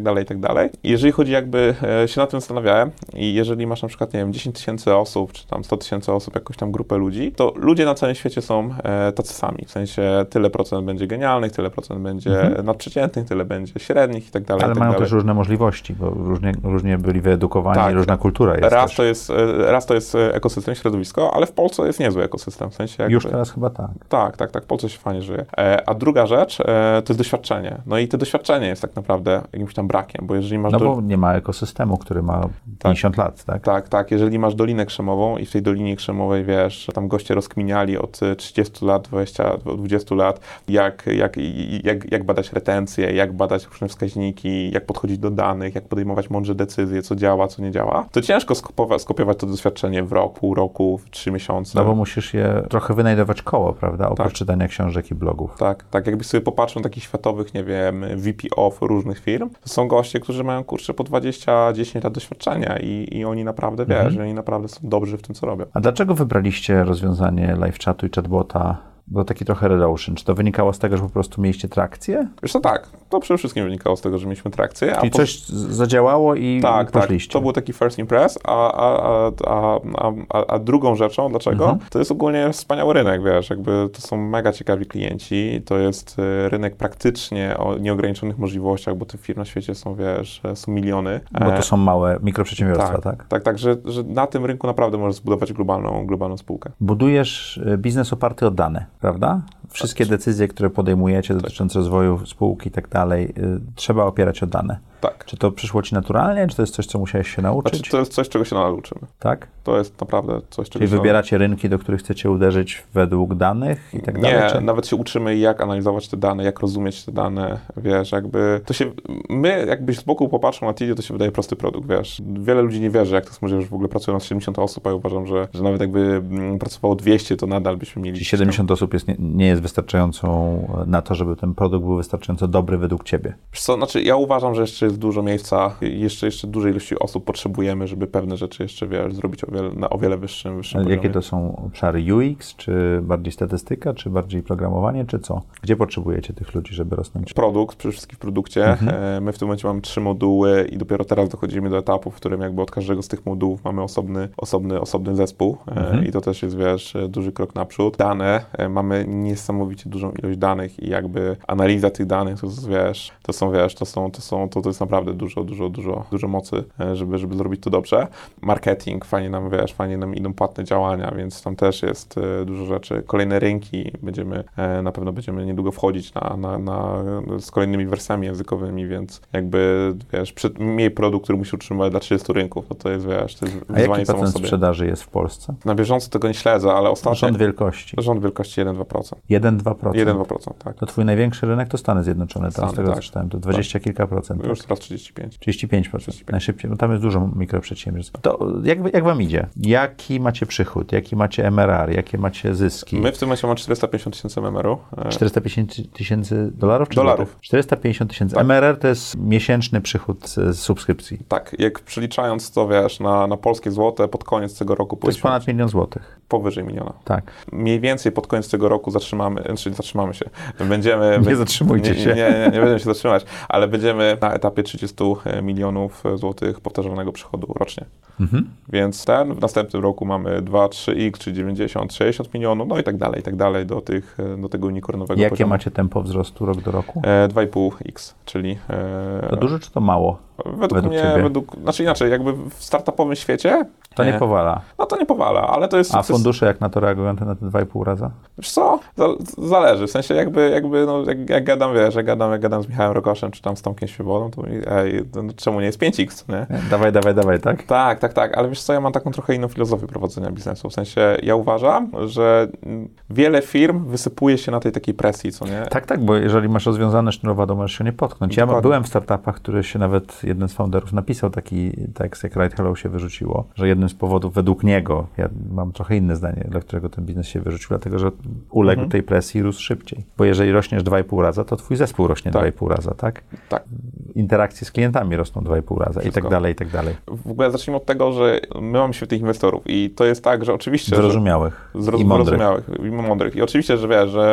dalej, i tak dalej. I jeżeli chodzi jakby, e, się nad tym zastanawiałem i jeżeli masz na przykład, nie wiem, dziesięć tysięcy osób, czy tam sto tysięcy osób, jakąś tam grupę ludzi, to ludzie na całym świecie są e, tacy sami. W sensie tyle procent będzie genialnych, tyle procent będzie mhm. nadprzeciętnych, tyle będzie średnich i tak dalej. Ale i tak mają dalej. też różne możliwości, bo różnie, różnie byli wyedukowani, tak. różna kultura jest Raz też. to jest, raz to jest ekosystem, środowisko, ale w Polsce jest niezły ekosystem. W sensie jakby, Już teraz chyba tak. Tak, tak, tak. W Polsce się fajnie żyje. E, a druga rzecz e, to jest doświadczenie. No i to doświadczenie jest tak naprawdę jakimś tam brakiem, bo jeżeli masz... No do... bo nie ma ekosystemu, który ma pięćdziesiąt lat, tak? Tak, tak. Jeżeli masz Dolinę Krzemową i w tej Dolinie Krzemowej, wiesz, tam goście rozkminiali od trzydziestu lat, dwudziestu, dwudziestu lat, jak, jak, jak, jak badać retencję, jak badać różne wskaźniki, jak podchodzić do danych, jak podejmować mądrze decyzje, co działa, co nie działa, to ciężko skopiować, skopiować to doświadczenie w rok, pół roku, w trzy miesiące. No bo musisz je trochę wynajdować koło, prawda? Oprócz tak. czytania książek i blogów. Tak, tak. Jakbyś sobie popatrzył na takich światowych, nie wiem, V P of różnych firm, to są goście, którzy mają, kurczę, po dwadzieścia dziesięć lat doświadczenia i, i oni naprawdę, wiesz, Mhm. oni naprawdę są dobrzy w tym, co robią. A dlaczego wybraliście rozwiązanie live chatu i chatbota? Bo taki trochę red ocean. Czy to wynikało z tego, że po prostu mieliście trakcję? Wiesz co, tak. To przede wszystkim wynikało z tego, że mieliśmy trakcję. Czyli a po... coś zadziałało i tak, poszliście. Tak, to był taki first impress, a, a, a, a, a, a drugą rzeczą, dlaczego? Mhm. To jest ogólnie wspaniały rynek, wiesz, jakby to są mega ciekawi klienci, to jest rynek praktycznie o nieograniczonych możliwościach, bo tych firm na świecie są, wiesz, są miliony. Bo to są małe mikroprzedsiębiorstwa, tak? tak? Tak, tak, że, że na tym rynku naprawdę możesz zbudować globalną, globalną spółkę. Budujesz biznes oparty o dane, prawda? Wszystkie tak. decyzje, które podejmujecie dotyczące tak. rozwoju spółki i tak dalej, trzeba opierać o dane. Tak. Czy to przyszło ci naturalnie, czy to jest coś, co musiałeś się nauczyć? Znaczy, to jest coś, czego się nadal uczymy. Tak? To jest naprawdę coś, czego Czyli się wybieracie rynki, do których chcecie uderzyć według danych i tak nie, dalej? Nie, czy... nawet się uczymy, jak analizować te dane, jak rozumieć te dane, wiesz, jakby to się, my jakbyś z boku popatrzył na Tidio, to się wydaje prosty produkt, wiesz. Wiele ludzi nie wierzy, jak to jest możliwe, że w ogóle pracują nas siedemdziesiąt osób, a ja uważam, że, że nawet jakby mm, pracowało dwieście, to nadal byśmy mieli... Czyli siedemdziesiąt osób jest, nie, nie jest wystarczającą na to, żeby ten produkt był wystarczająco dobry według ciebie. Wiesz co, znaczy ja uważam, że jeszcze jest dużo miejsca, jeszcze, jeszcze dużej ilości osób potrzebujemy, żeby pewne rzeczy jeszcze, wiesz, zrobić o wiele, na o wiele wyższym, wyższym poziomie. Jakie to są obszary U X, czy bardziej statystyka, czy bardziej programowanie, czy co? Gdzie potrzebujecie tych ludzi, żeby rosnąć? Produkt, przede wszystkim w produkcie. Mhm. My w tym momencie mamy trzy moduły i dopiero teraz dochodzimy do etapu, w którym jakby od każdego z tych modułów mamy osobny, osobny, osobny zespół mhm. i to też jest, wiesz, duży krok naprzód. Dane, mamy niesamowicie dużą ilość danych i jakby analiza tych danych, to jest, wiesz, to są, wiesz, to są, to są, to, to jest naprawdę dużo, dużo, dużo, dużo mocy, żeby, żeby zrobić to dobrze. Marketing, fajnie nam, wiesz, fajnie nam idą płatne działania, więc tam też jest dużo rzeczy. Kolejne rynki, będziemy, na pewno będziemy niedługo wchodzić na, na, na, z kolejnymi wersjami językowymi, więc jakby, wiesz, przed, miej produkt, który musi utrzymywać dla trzydziestu rynków, to to jest, wiesz, to jest wyzwanie. A jaki procent sprzedaży jest w Polsce? Na bieżąco tego nie śledzę, ale ostatnio... Rząd wielkości. Rząd wielkości jeden do dwóch procent. jeden do dwóch procent? jeden do dwóch procent, tak. To twój największy rynek to Stany Zjednoczone, teraz z tego tak. co czytałem, to dwadzieścia kilka procent. Już tak? teraz trzydzieści pięć. trzydzieści pięć procent, trzydzieści pięć. Najszybciej, no tam jest dużo mikroprzedsiębiorstw. To jak, jak wam idzie? Jaki macie przychód? Jaki macie M R R? Jakie macie zyski? My w tym momencie mamy czterysta pięćdziesiąt tysięcy M R R-u. czterysta pięćdziesiąt tysięcy dolarów czy Dolarów. złotych? czterysta pięćdziesiąt tysięcy. Tak. M R R to jest miesięczny przychód z subskrypcji. Tak, jak przeliczając to, wiesz, na, na polskie złote, pod koniec tego roku... To jest ponad milion złotych. Powyżej miliona. Tak. Mniej więcej pod koniec tego roku zatrzymamy, czyli zatrzymamy się. Będziemy... nie zatrzymujcie nie, się. Nie, nie, nie będziemy się zatrzymać, ale będziemy na etapie trzydziestu milionów złotych powtarzalnego przychodu rocznie. Mhm. Więc ten, w następnym roku mamy dwa, trzy x, czy dziewięćdziesiąt, sześćdziesiąt milionów, no i tak dalej, i tak dalej do, tych, do tego unicornowego Jakie poziomu. macie tempo wzrostu rok do roku? E, dwa i pół x, czyli... E, to dużo czy to mało? Według, według mnie, ciebie? według, znaczy inaczej, jakby w startupowym świecie... To nie, nie powala. No to nie powala, ale to jest... A fundusze jak na to reagują na te dwa i pół raza? Wiesz co? Zależy, w sensie jakby, jakby no, jak, jak gadam, wiesz, jak gadam, jak gadam z Michałem Rokoszem, czy tam z Tomkiem Świebodą, to mi, ej, no, czemu nie jest pięć x, nie? Dawaj, dawaj, dawaj, tak? Tak, tak, tak, ale wiesz co, ja mam taką trochę inną filozofię prowadzenia biznesu, w sensie ja uważam, że wiele firm wysypuje się na tej takiej presji, co nie? Tak, tak, bo jeżeli masz rozwiązane sznurowadło, możesz się nie potknąć. Ja Dokładnie. byłem w startupach, który się nawet, jeden z founderów napisał taki tekst, jak Right Hello się wyrzuciło, że jednym z powodów według niego, ja mam trochę inne zdanie, dla którego ten biznes się wyrzucił, dlatego, że uległ mhm. tej presji i rósł szybciej. Bo jeżeli rośniesz dwa i pół raza, to twój zespół rośnie tak. dwa i pół raza, tak? Tak. Interakcje z klientami rosną dwa i pół raza Wszystko. i tak dalej, i tak dalej. W ogóle zacznijmy od tego, że my mamy świetnych inwestorów i to jest tak, że oczywiście... Zrozumiałych że, zroz, i mądrych. Zrozumiałych i mądrych. I oczywiście, że wiesz, że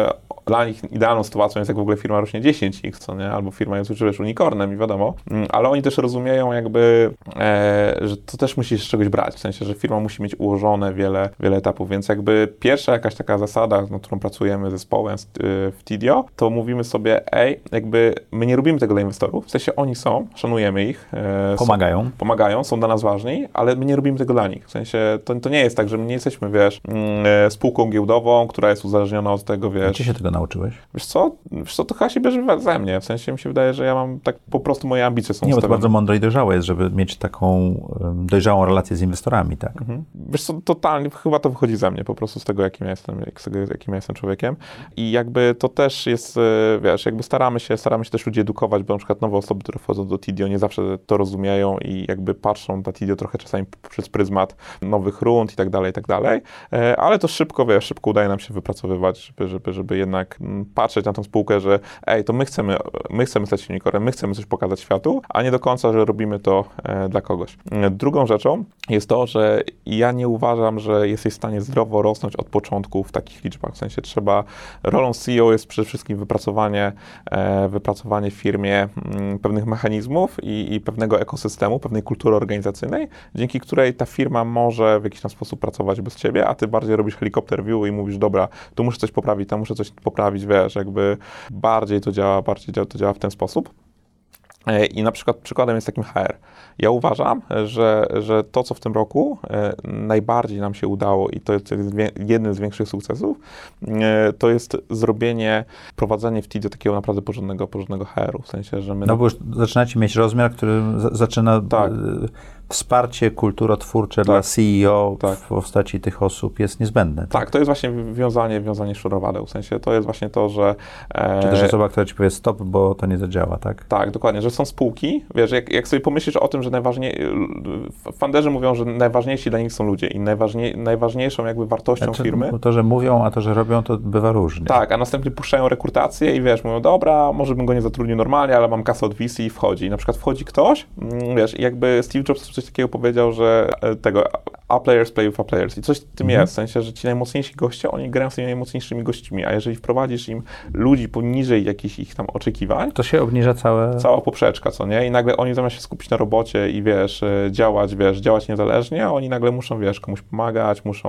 dla nich idealną sytuacją jest, jak w ogóle firma rośnie dziesięć iks, co nie? Albo firma jest już unicornem i wiadomo, ale oni też rozumieją jakby, e, że to też musi z czegoś brać, w sensie, że firma musi mieć ułożone wiele, wiele etapów, więc jakby pierwsza jakaś taka zasada, nad którą pracujemy zespołem w Tidio, to mówimy sobie, ej, jakby my nie robimy tego dla inwestorów, w sensie oni są, szanujemy ich. E, pomagają. Są, pomagają, są dla nas ważni, ale my nie robimy tego dla nich, w sensie to, to nie jest tak, że my nie jesteśmy, wiesz, mm, spółką giełdową, która jest uzależniona od tego, wiesz... Gdzie się tego nauczyłeś? Wiesz co? Wiesz co, to chyba się bierze ze mnie, w sensie mi się wydaje, że ja mam tak, po prostu moje ambicje są Nie, bo to ustawione. bardzo mądre i dojrzałe jest, żeby mieć taką um, dojrzałą relację z inwestorami, tak? Mhm. Wiesz co, totalnie, chyba to wychodzi ze mnie, po prostu z tego, jakim ja jestem, z tego, jakim ja jestem człowiekiem i jakby to też jest, wiesz, jakby staramy się, staramy się też ludzi edukować, bo na przykład nowe osoby, które wchodzą do Tidio, nie zawsze to rozumieją i jakby patrzą na Tidio trochę czasami przez pryzmat nowych rund i tak dalej, i tak dalej, ale to szybko, wiesz, szybko udaje nam się wypracowywać, żeby, żeby, żeby jednak patrzeć na tą spółkę, że ej, to my chcemy, my chcemy stać się unicornem, my chcemy coś pokazać światu, a nie do końca, że robimy to e, dla kogoś. Drugą rzeczą jest to, że ja nie uważam, że jesteś w stanie zdrowo rosnąć od początku w takich liczbach. W sensie trzeba, rolą C E O jest przede wszystkim wypracowanie, e, wypracowanie w firmie m, pewnych mechanizmów i, i pewnego ekosystemu, pewnej kultury organizacyjnej, dzięki której ta firma może w jakiś tam sposób pracować bez ciebie, a ty bardziej robisz helikopter view i mówisz, dobra, tu muszę coś poprawić, tam muszę coś poprawić, wiesz, jakby bardziej to działa, bardziej to działa w ten sposób. I na przykład przykładem jest takim H R. Ja uważam, że, że to, co w tym roku e, najbardziej nam się udało i to jest jednym z większych sukcesów, e, to jest zrobienie, prowadzenie w Tidio takiego naprawdę porządnego, porządnego H R u. W sensie, że my... No bo już zaczynacie mieć rozmiar, który z- zaczyna tak. e, wsparcie kulturotwórcze tak. dla C E O tak. w postaci tych osób jest niezbędne. Tak, tak to jest właśnie wiązanie, wiązanie sznurowadeł. W sensie to jest właśnie to, że... E, Czy też osoba, która ci powie stop, bo to nie zadziała, tak? Tak, dokładnie, że są spółki, wiesz, jak, jak sobie pomyślisz o tym, że najważniej, funderzy mówią, że najważniejsi dla nich są ludzie i najważniej, najważniejszą jakby wartością znaczy, firmy... To, że mówią, a to, że robią, to bywa różnie. Tak, a następnie puszczają rekrutację i wiesz, mówią, dobra, może bym go nie zatrudnił normalnie, ale mam kasę od V C i wchodzi. I na przykład wchodzi ktoś, wiesz, jakby Steve Jobs coś takiego powiedział, że tego A players play with A players i coś w tym mm. jest, w sensie, że ci najmocniejsi goście, oni grają z tymi najmocniejszymi gośćmi, a jeżeli wprowadzisz im ludzi poniżej jakichś ich tam oczekiwań, to się obniża całe... cała poprzeczka, co nie? I nagle oni zamiast się skupić na robocie i wiesz, działać, wiesz, działać niezależnie, oni nagle muszą, wiesz, komuś pomagać, muszą...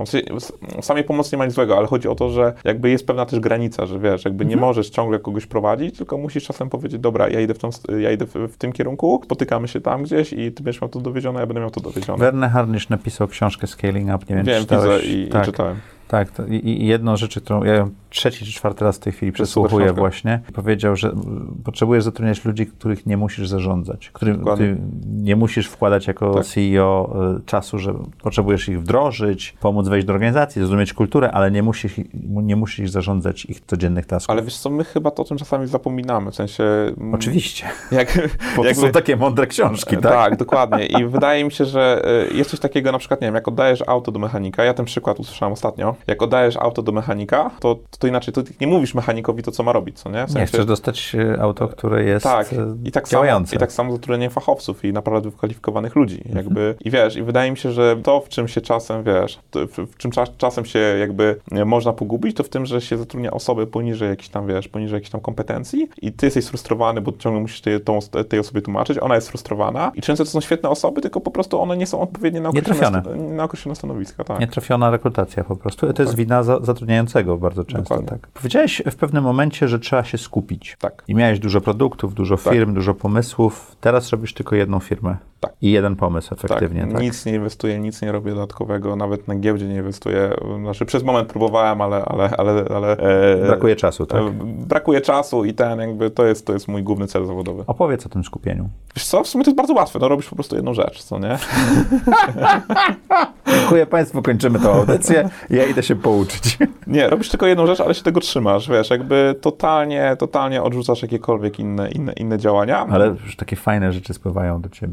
W samej pomocy nie ma nic złego, ale chodzi o to, że jakby jest pewna też granica, że wiesz, jakby nie mm-hmm. możesz ciągle kogoś prowadzić, tylko musisz czasem powiedzieć, dobra, ja idę w, tą, ja idę w, w tym kierunku, spotykamy się tam gdzieś i ty będziesz miał to dowiezione, ja będę miał to dowiezione. Werner Harnisch napisał książkę Scaling Up, nie wiem, wiem, czy czytałeś. I, tak. i czytałem. Tak, to i, i jedną rzecz, którą ja ją trzeci czy czwarty raz w tej chwili przesłuchuję właśnie, powiedział, że potrzebujesz zatrudniać ludzi, których nie musisz zarządzać, którym ty nie musisz wkładać jako tak. C E O czasu, że potrzebujesz ich wdrożyć, pomóc wejść do organizacji, zrozumieć kulturę, ale nie musisz, nie musisz zarządzać ich codziennych tasków. Ale wiesz co, my chyba to o tym czasami zapominamy, w sensie... Oczywiście, jak, bo to jakby, są takie mądre książki, tak? Tak, dokładnie i wydaje mi się, że jest coś takiego, na przykład, nie wiem, jak oddajesz auto do mechanika, ja ten przykład usłyszałem ostatnio, jak oddajesz auto do mechanika, to, to inaczej, to nie mówisz mechanikowi to, co ma robić, co nie? W sensie, nie, chcesz dostać auto, które jest tak, i tak działające. Samo, I tak samo zatrudnienie fachowców i naprawdę wykwalifikowanych ludzi, mhm. jakby, i wiesz, i wydaje mi się, że to, w czym się czasem, wiesz, to, w, w czym czas, czasem się jakby można pogubić, to w tym, że się zatrudnia osoby poniżej jakichś tam, wiesz, poniżej jakichś tam kompetencji i ty jesteś sfrustrowany, bo ciągle musisz tej, tą, tej osobie tłumaczyć, ona jest frustrowana i często to są świetne osoby, tylko po prostu one nie są odpowiednie na określone, na określone stanowiska, tak. Nietrafiona rekrutacja po prostu. To tak. jest wina za, zatrudniającego bardzo często. Tak. Powiedziałeś w pewnym momencie, że trzeba się skupić. Tak. I miałeś dużo produktów, dużo tak. firm, dużo pomysłów. Teraz robisz tylko jedną firmę. Tak. I jeden pomysł efektywnie. Tak. Tak. Nic nie inwestuję, nic nie robię dodatkowego, nawet na giełdzie nie inwestuję. Znaczy przez moment próbowałem, ale... ale, ale, ale e, brakuje czasu, tak? E, brakuje czasu i ten jakby to jest, to jest mój główny cel zawodowy. Opowiedz o tym skupieniu. Wiesz co, w sumie to jest bardzo łatwe, no robisz po prostu jedną rzecz, co nie? Dziękuję Państwu, kończymy tę audycję. Ja idę się pouczyć. Nie, robisz tylko jedną rzecz, ale się tego trzymasz, wiesz, jakby totalnie, totalnie odrzucasz jakiekolwiek inne, inne, inne działania. Ale już takie fajne rzeczy spływają do ciebie, wiesz,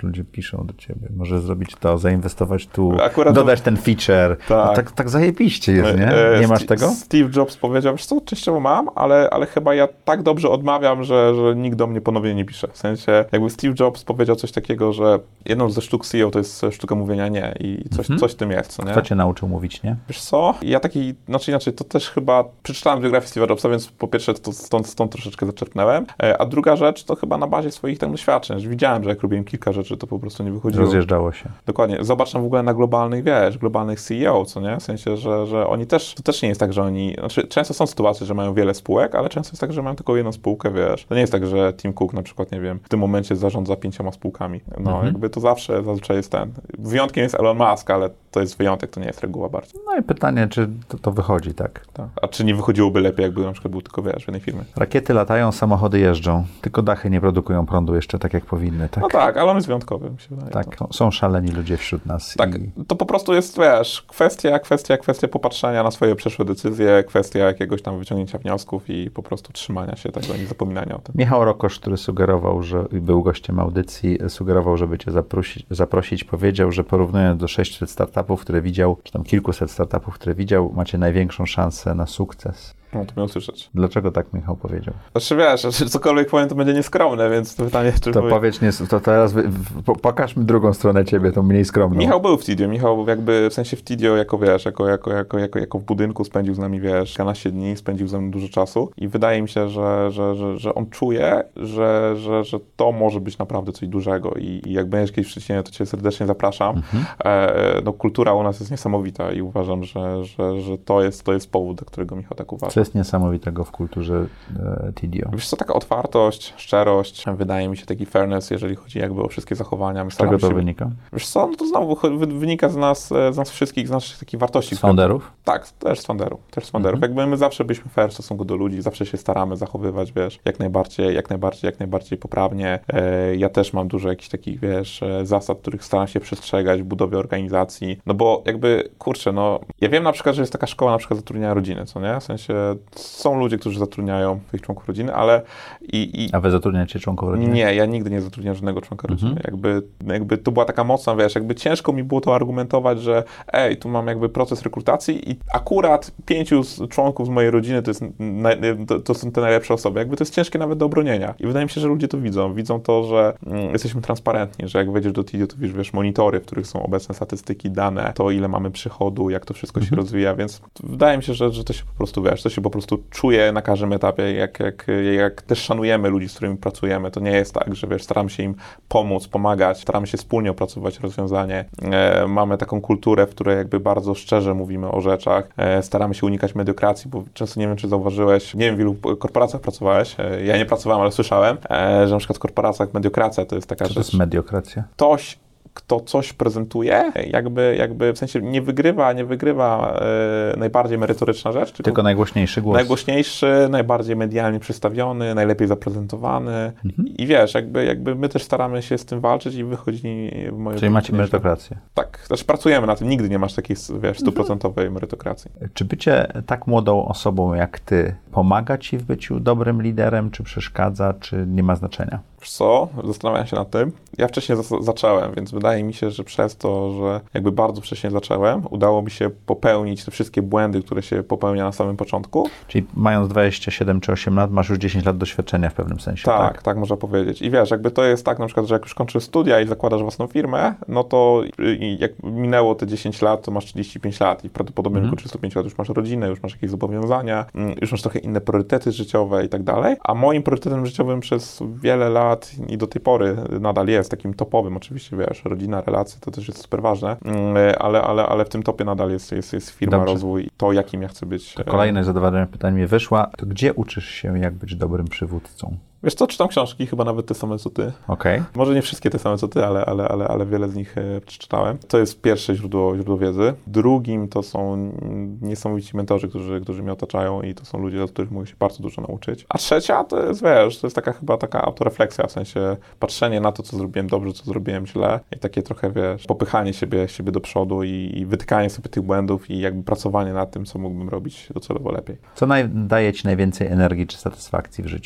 już ludzie piszą do ciebie. Może zrobić to, zainwestować tu, Akurat dodać ten feature. Tak, no tak, tak zajebiście jest, nie? Nie masz tego? Steve Jobs powiedział, że co, częściowo mam, ale, ale chyba ja tak dobrze odmawiam, że, że nikt do mnie ponownie nie pisze. W sensie, jakby Steve Jobs powiedział coś takiego, że jedną ze sztuk C E O to jest sztuka mówienia nie i coś, hmm. coś w tym jest, co nie? Kto cię nauczył mówić nie? Wiesz co? Ja taki, znaczy inaczej, to też chyba przeczytałem biografię Steve'a Jobsa, więc po pierwsze to stąd, stąd troszeczkę zaczerpnąłem, a druga rzecz to chyba na bazie swoich tam doświadczeń, że widziałem, że jak robiłem kilka rzeczy, to po prostu nie wychodziło. Rozjeżdżało się. Dokładnie. Zobacz tam w ogóle na globalnych, wiesz, globalnych C E O, co nie? W sensie, że, że oni też, to też nie jest tak, że oni, znaczy często są sytuacje, że mają wiele spółek, ale często jest tak, że mają tylko jedną spółkę, wiesz. To nie jest tak, że Tim Cook na przykład, nie wiem, w tym momencie zarządza pięcioma spółkami. No mhm. jakby to zawsze, zazwyczaj jest ten. Wyjątkiem jest Elon Musk, ale to jest wyjątek, to nie jest reguła bardzo. No i pytanie, czy to, to wychodzi, tak? tak? A czy nie wychodziłoby lepiej, jakby na przykład był tylko, wiesz, w jednej firmie? Rakiety latają, samochody jeżdżą, tylko dachy nie produkują prądu jeszcze tak, jak powinny, tak? No tak, ale on jest wyjątkowy, mi się wydaje. Tak, no. Są szaleni ludzie wśród nas. Tak, i... to po prostu jest, wiesz, kwestia, kwestia, kwestia popatrzenia na swoje przeszłe decyzje, kwestia jakiegoś tam wyciągnięcia wniosków i po prostu trzymania się tego, nie zapominania o tym. Michał Rokosz, który sugerował, że był gościem audycji, sugerował, żeby cię zaprosić, zaprosić, powiedział, że porównując do sześciuset startupów, które widział, czy tam kilkuset startupów, które widział, macie największą szansę na sukces. No, to miał usłyszeć. Dlaczego tak Michał powiedział? Znaczy wiesz, cokolwiek powiem, to będzie nieskromne, więc to pytanie... To powie... powiedz, nie, to teraz wy, w, pokaż mi drugą stronę ciebie, tą mniej skromną. Michał był w Tidio, Michał jakby, w sensie w Tidio, jako wiesz, jako, jako, jako, jako, jako w budynku spędził z nami, wiesz, kilkanaście dni, spędził ze mną dużo czasu i wydaje mi się, że, że, że, że on czuje, że, że, że to może być naprawdę coś dużego i, i jak będziesz kiedyś w Szczecinie, to cię serdecznie zapraszam. Mhm. E, no kultura u nas jest niesamowita i uważam, że, że, że to, jest, to jest powód, do którego Michał tak uważa. Co jest niesamowitego w kulturze e, Tidio? Wiesz co, taka otwartość, szczerość, wydaje mi się taki fairness, jeżeli chodzi jakby o wszystkie zachowania. My z czego to się... wynika? Wiesz co, no to znowu wynika z nas, z nas wszystkich, z naszych takich wartości. Z founderów? Tak, też z founderów. Też z founderów. Mhm. Jakby my zawsze byliśmy fair w stosunku do ludzi, zawsze się staramy zachowywać, wiesz, jak najbardziej, jak najbardziej, jak najbardziej poprawnie. E, ja też mam dużo jakichś takich, wiesz, zasad, których staram się przestrzegać w budowie organizacji, no bo jakby, kurczę, no, ja wiem na przykład, że jest taka szkoła na przykład zatrudniania rodziny, co nie? W sensie są ludzie, którzy zatrudniają tych członków rodziny, ale i, i... A wy zatrudniacie członków rodziny? Nie, ja nigdy nie zatrudniam żadnego członka rodziny. Mhm. Jakby, jakby to była taka mocna, wiesz, jakby ciężko mi było to argumentować, że ej, tu mam jakby proces rekrutacji i akurat pięciu z członków z mojej rodziny to, jest naj, to, to są te najlepsze osoby. Jakby to jest ciężkie nawet do obronienia. I wydaje mi się, że ludzie to widzą. Widzą to, że mm, jesteśmy transparentni, że jak wejdziesz do Tidio, to wiesz, wiesz, monitory, w których są obecne statystyki, dane, to ile mamy przychodu, jak to wszystko mhm. się rozwija, więc wydaje mi się, że, że to się po prostu, wiesz, to się po prostu czuje na każdym etapie, jak, jak, jak też szanujemy ludzi, z którymi pracujemy. To nie jest tak, że wiesz, staramy się im pomóc, pomagać, staramy się wspólnie opracować rozwiązanie. E, mamy taką kulturę, w której jakby bardzo szczerze mówimy o rzeczach, e, staramy się unikać mediokracji, bo często nie wiem, czy zauważyłeś, nie wiem, w ilu korporacjach pracowałeś, e, ja nie pracowałem, ale słyszałem, e, że na przykład w korporacjach mediokracja to jest taka Co rzecz... to jest mediokracja? Ktoś kto coś prezentuje, jakby, jakby w sensie nie wygrywa, nie wygrywa e, najbardziej merytoryczna rzecz. Tylko, tylko najgłośniejszy głos. Najgłośniejszy, najbardziej medialnie przedstawiony, najlepiej zaprezentowany. Mhm. I wiesz, jakby, jakby my też staramy się z tym walczyć i wychodzi w mojej... Czyli macie merytokrację. Tak, też pracujemy na tym. Nigdy nie masz takiej, wiesz, stuprocentowej merytokracji. Czy bycie tak młodą osobą jak ty pomaga ci w byciu dobrym liderem, czy przeszkadza, czy nie ma znaczenia? Wiesz co? Zastanawiam się nad tym. Ja wcześniej z- zacząłem, więc wydaje mi się, że przez to, że jakby bardzo wcześnie zacząłem, udało mi się popełnić te wszystkie błędy, które się popełnia na samym początku. Czyli mając dwadzieścia siedem czy osiem lat, masz już dziesięć lat doświadczenia w pewnym sensie, tak? Tak, tak można powiedzieć. I wiesz, jakby to jest tak na przykład, że jak już kończysz studia i zakładasz własną firmę, no to i jak minęło te dziesięć lat, to masz trzydzieści pięć lat i prawdopodobnie w wieku trzydziestu pięciu lat już masz rodzinę, już masz jakieś zobowiązania, już masz trochę inne priorytety życiowe i tak dalej. A moim priorytetem życiowym przez wiele lat i do tej pory nadal jest takim topowym, oczywiście wiesz, rodzina, relacje, to też jest super ważne, ale, ale, ale w tym topie nadal jest, jest, jest firma, Dobrze. Rozwój, to jakim ja chcę być. To kolejne zadawane pytanie mi wyszła, to gdzie uczysz się, jak być dobrym przywódcą? Wiesz co, czytam książki, chyba nawet te same co ty. Okej. Okay. Może nie wszystkie te same co ty, ale, ale, ale, ale wiele z nich e, przeczytałem. To jest pierwsze źródło, źródło wiedzy. Drugim to są niesamowici mentorzy, którzy, którzy mnie otaczają i to są ludzie, od których mogę się bardzo dużo nauczyć. A trzecia to jest, wiesz, to jest taka chyba taka autorefleksja, w sensie patrzenie na to, co zrobiłem dobrze, co zrobiłem źle i takie trochę, wiesz, popychanie siebie, siebie do przodu i, i wytykanie sobie tych błędów i jakby pracowanie nad tym, co mógłbym robić docelowo lepiej. Co naj- daje ci najwięcej energii czy satysfakcji w życiu?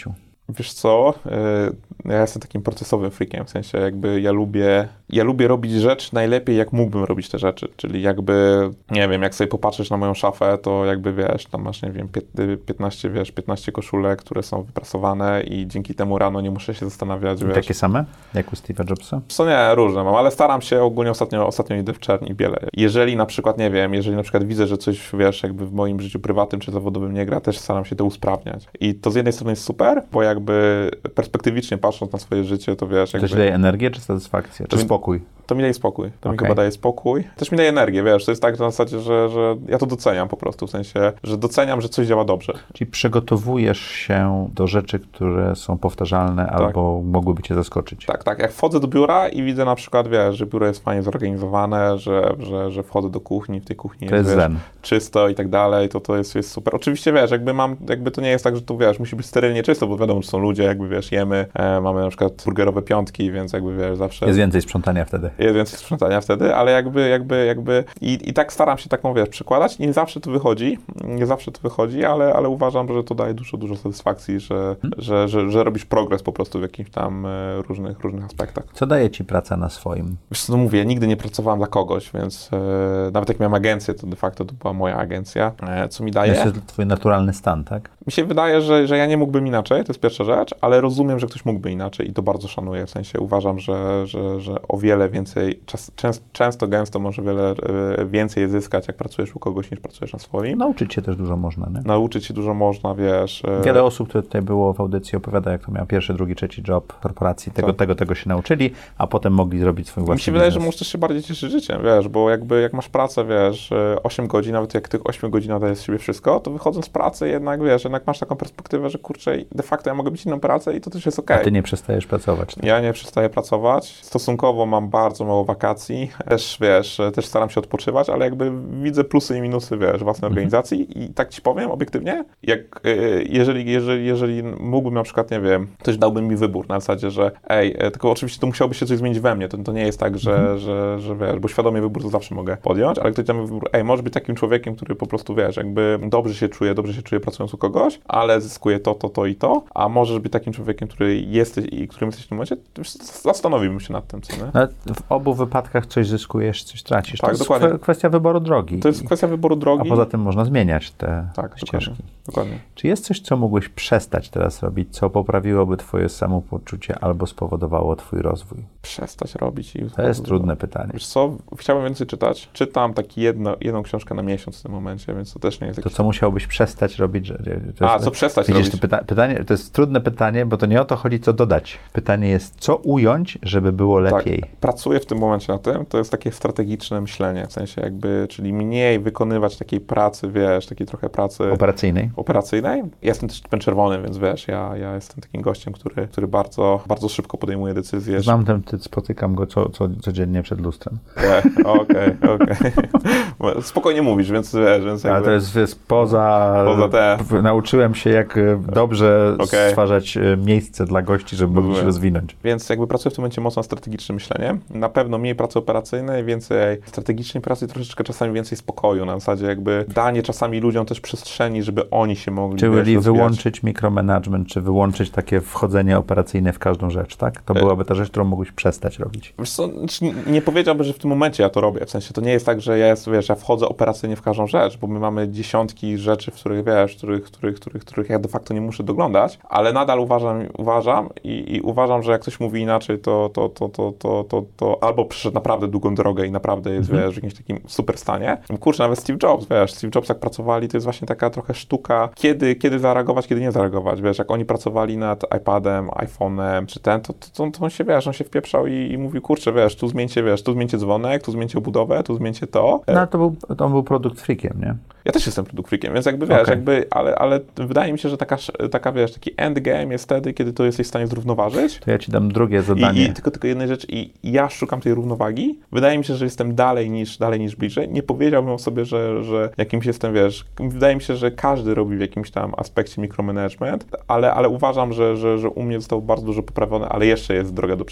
Wiesz co, yy, ja jestem takim procesowym freakiem, w sensie jakby ja lubię, ja lubię robić rzecz najlepiej, jak mógłbym robić te rzeczy, czyli jakby, nie wiem, jak sobie popatrzysz na moją szafę, to jakby wiesz, tam masz, nie wiem, piętnaście, wiesz, piętnaście koszulek, które są wyprasowane i dzięki temu rano nie muszę się zastanawiać, wiesz. Takie same, jak u Steve'a Jobsa? Co nie, różne mam, ale staram się ogólnie, ostatnio, ostatnio idę w czerni i biele. Jeżeli na przykład, nie wiem, jeżeli na przykład widzę, że coś, wiesz, jakby w moim życiu prywatnym czy zawodowym nie gra, też staram się to usprawniać. I to z jednej strony jest super, bo jakby perspektywicznie patrząc na swoje życie, to wiesz, jakby... To ci daje energię, czy satysfakcję, czy mi, spokój? To mi daje spokój. To okay. mi chyba daje spokój. Też mi daje energię, wiesz, to jest tak na zasadzie, że, że ja to doceniam po prostu, w sensie, że doceniam, że coś działa dobrze. Czyli przygotowujesz się do rzeczy, które są powtarzalne tak. albo mogłyby cię zaskoczyć. Tak, tak. Jak wchodzę do biura i widzę na przykład, wiesz, że biuro jest fajnie zorganizowane, że, że, że wchodzę do kuchni, w tej kuchni to jest, jest wiesz, zen. czysto i tak dalej, to to jest, jest super. Oczywiście, wiesz, jakby mam, jakby to nie jest tak, że tu, wiesz, musi być sterylnie czysto, bo wiadomo, że są ludzie, jakby, wiesz, jemy, e, mamy na przykład burgerowe piątki, więc jakby, wiesz, zawsze... Jest więcej sprzątania wtedy. Jest więcej sprzątania wtedy, ale jakby, jakby, jakby i, i tak staram się taką, wiesz, przekładać. Nie zawsze to wychodzi, nie zawsze to wychodzi, ale, ale uważam, że to daje dużo, dużo satysfakcji, że, hmm. że, że, że robisz progres po prostu w jakimś tam e, różnych, różnych aspektach. Co daje ci praca na swoim? Wiesz co, no mówię, nigdy nie pracowałem dla kogoś, więc e, nawet jak miałem agencję, to de facto to była moja agencja. E, co mi daje? To jest twój naturalny stan, tak? Mi się wydaje, że, że ja nie mógłbym inaczej, to jest pierwsza rzecz, ale rozumiem, że ktoś mógłby inaczej i to bardzo szanuję, w sensie uważam, że, że, że o wiele więcej, czas, częst, często, gęsto może wiele e, więcej zyskać, jak pracujesz u kogoś, niż pracujesz na swoim. Nauczyć się też dużo można, nie? Nauczyć się dużo można, wiesz. E... Wiele osób, które tutaj było w audycji, opowiada, jak to miał pierwszy, drugi, trzeci job w korporacji, tego, tego, tego się nauczyli, a potem mogli zrobić swój własny Mi się wydaje, biznes. że możesz się bardziej cieszyć życiem, wiesz, bo jakby jak masz pracę, wiesz, osiem godzin, nawet jak tych osiem godzin dajesz z siebie wszystko, to wychodząc z pracy jednak, wiesz, jednak masz taką perspektywę, że kurczę, de facto ja mogę mieć inną pracę i to też jest okej. Okay. A ty nie przestajesz pracować. Tak? Ja nie przestaję pracować. Stosunkowo mam bardzo mało wakacji. Też, wiesz, też staram się odpoczywać, ale jakby widzę plusy i minusy, wiesz, własnej organizacji mm-hmm. i tak ci powiem obiektywnie, jak jeżeli, jeżeli, jeżeli mógłbym na przykład, nie wiem, ktoś dałby mi wybór na zasadzie, że ej, tylko oczywiście to musiałoby się coś zmienić we mnie, to, to nie jest tak, że, mm-hmm. że, że wiesz, bo świadomie wybór to zawsze mogę podjąć, ale ktoś da mi wybór, ej, możesz być takim człowiekiem, który po prostu, wiesz, jakby dobrze się czuje, dobrze się czuje pracując u kogoś, ale zyskuje to, to, to i to, a możesz być takim człowiekiem, który jesteś i którym jesteś w tym momencie, zastanowiłbym się nad tym, co nie? Ale w obu wypadkach coś zyskujesz, coś tracisz. Tak, to dokładnie. jest kwestia wyboru drogi. To jest kwestia wyboru drogi. A poza tym można zmieniać te tak, ścieżki. Dokładnie, dokładnie. Czy jest coś, co mógłbyś przestać teraz robić, co poprawiłoby twoje samopoczucie albo spowodowało twój rozwój? Przestać robić i... To jest trudne pytanie. Wiesz co, chciałbym więcej czytać. Czytam taki jedno, jedną książkę na miesiąc w tym momencie, więc to też nie jest... To jakiś... co musiałbyś przestać robić? Że, to A, jest, co przestać widzisz, robić? To, pyta- pytanie, to jest trudne pytanie, bo to nie o to chodzi, co dodać. Pytanie jest, co ująć, żeby było lepiej? Tak, pracuję w tym momencie na tym, to jest takie strategiczne myślenie, w sensie jakby, czyli mniej wykonywać takiej pracy, wiesz, takiej trochę pracy... Operacyjnej? Operacyjnej. Ja jestem też typem czerwonym, więc wiesz, ja, ja jestem takim gościem, który, który bardzo, bardzo szybko podejmuje decyzje. Znam ten typ, spotykam go co, co, codziennie przed lustrem. Okej, okej. Spokojnie mówisz, więc wiesz, więc jakby... Ale to jest, jest poza... poza te... Nauczyłem się, jak dobrze okay. stwarzać miejsce dla gości, żeby mogli się rozwinąć. Więc jakby pracuję w tym momencie mocno strategiczne myślenie. Na pewno mniej pracy operacyjnej, więcej strategicznej pracy i troszeczkę czasami więcej spokoju. Na zasadzie jakby danie czasami ludziom też przestrzeni, żeby oni się mogli Czyli wiesz, wyłączyć mikromanagement, czy wyłączyć takie wchodzenie operacyjne w każdą rzecz, tak? To byłaby ta rzecz, którą mógłbyś przestać robić. Wiesz co, nie powiedziałbym, że w tym momencie ja to robię. W sensie to nie jest tak, że ja, jest, wiesz, ja wchodzę operacyjnie w każdą rzecz, bo my mamy dziesiątki rzeczy, w których wiesz, których, których, których, których ja de facto nie muszę doglądać, ale nadal uważam, uważam i, i uważam, że jak ktoś mówi inaczej, to, to, to, to, to, to, to albo przeszedł naprawdę długą drogę i naprawdę jest, mhm. wiesz, w jakimś takim super stanie. Kurczę, nawet Steve Jobs, wiesz, Steve Jobs jak pracowali, to jest właśnie taka trochę sztuka, kiedy, kiedy zareagować, kiedy nie zareagować, wiesz, jak oni pracowali nad iPadem, iPhone'em, czy ten, to, to, to on się, wiesz, on się wpieprzał i, i mówił, kurczę, wiesz, tu zmieńcie, wiesz, tu zmieńcie dzwonek, tu zmieńcie obudowę, tu zmieńcie to. No ale to był, to był produkt freakiem, nie? Ja też jestem produkt freakiem, więc jakby, wiesz, okay. jakby, ale, ale wydaje mi się, że taka, taka, wiesz, taki endgame jest wtedy, kiedy to jesteś w stanie zrównoważyć. To ja ci dam drugie zadanie. I, i tylko, tylko jedna rzecz, i ja szukam tej równowagi. Wydaje mi się, że jestem dalej niż, dalej niż bliżej. Nie powiedziałbym o sobie, że, że jakimś jestem, wiesz, wydaje mi się, że każdy robi w jakimś tam aspekcie mikromanagement, ale, ale uważam, że, że, że u mnie zostało bardzo dużo poprawione, ale jeszcze jest droga do przejścia.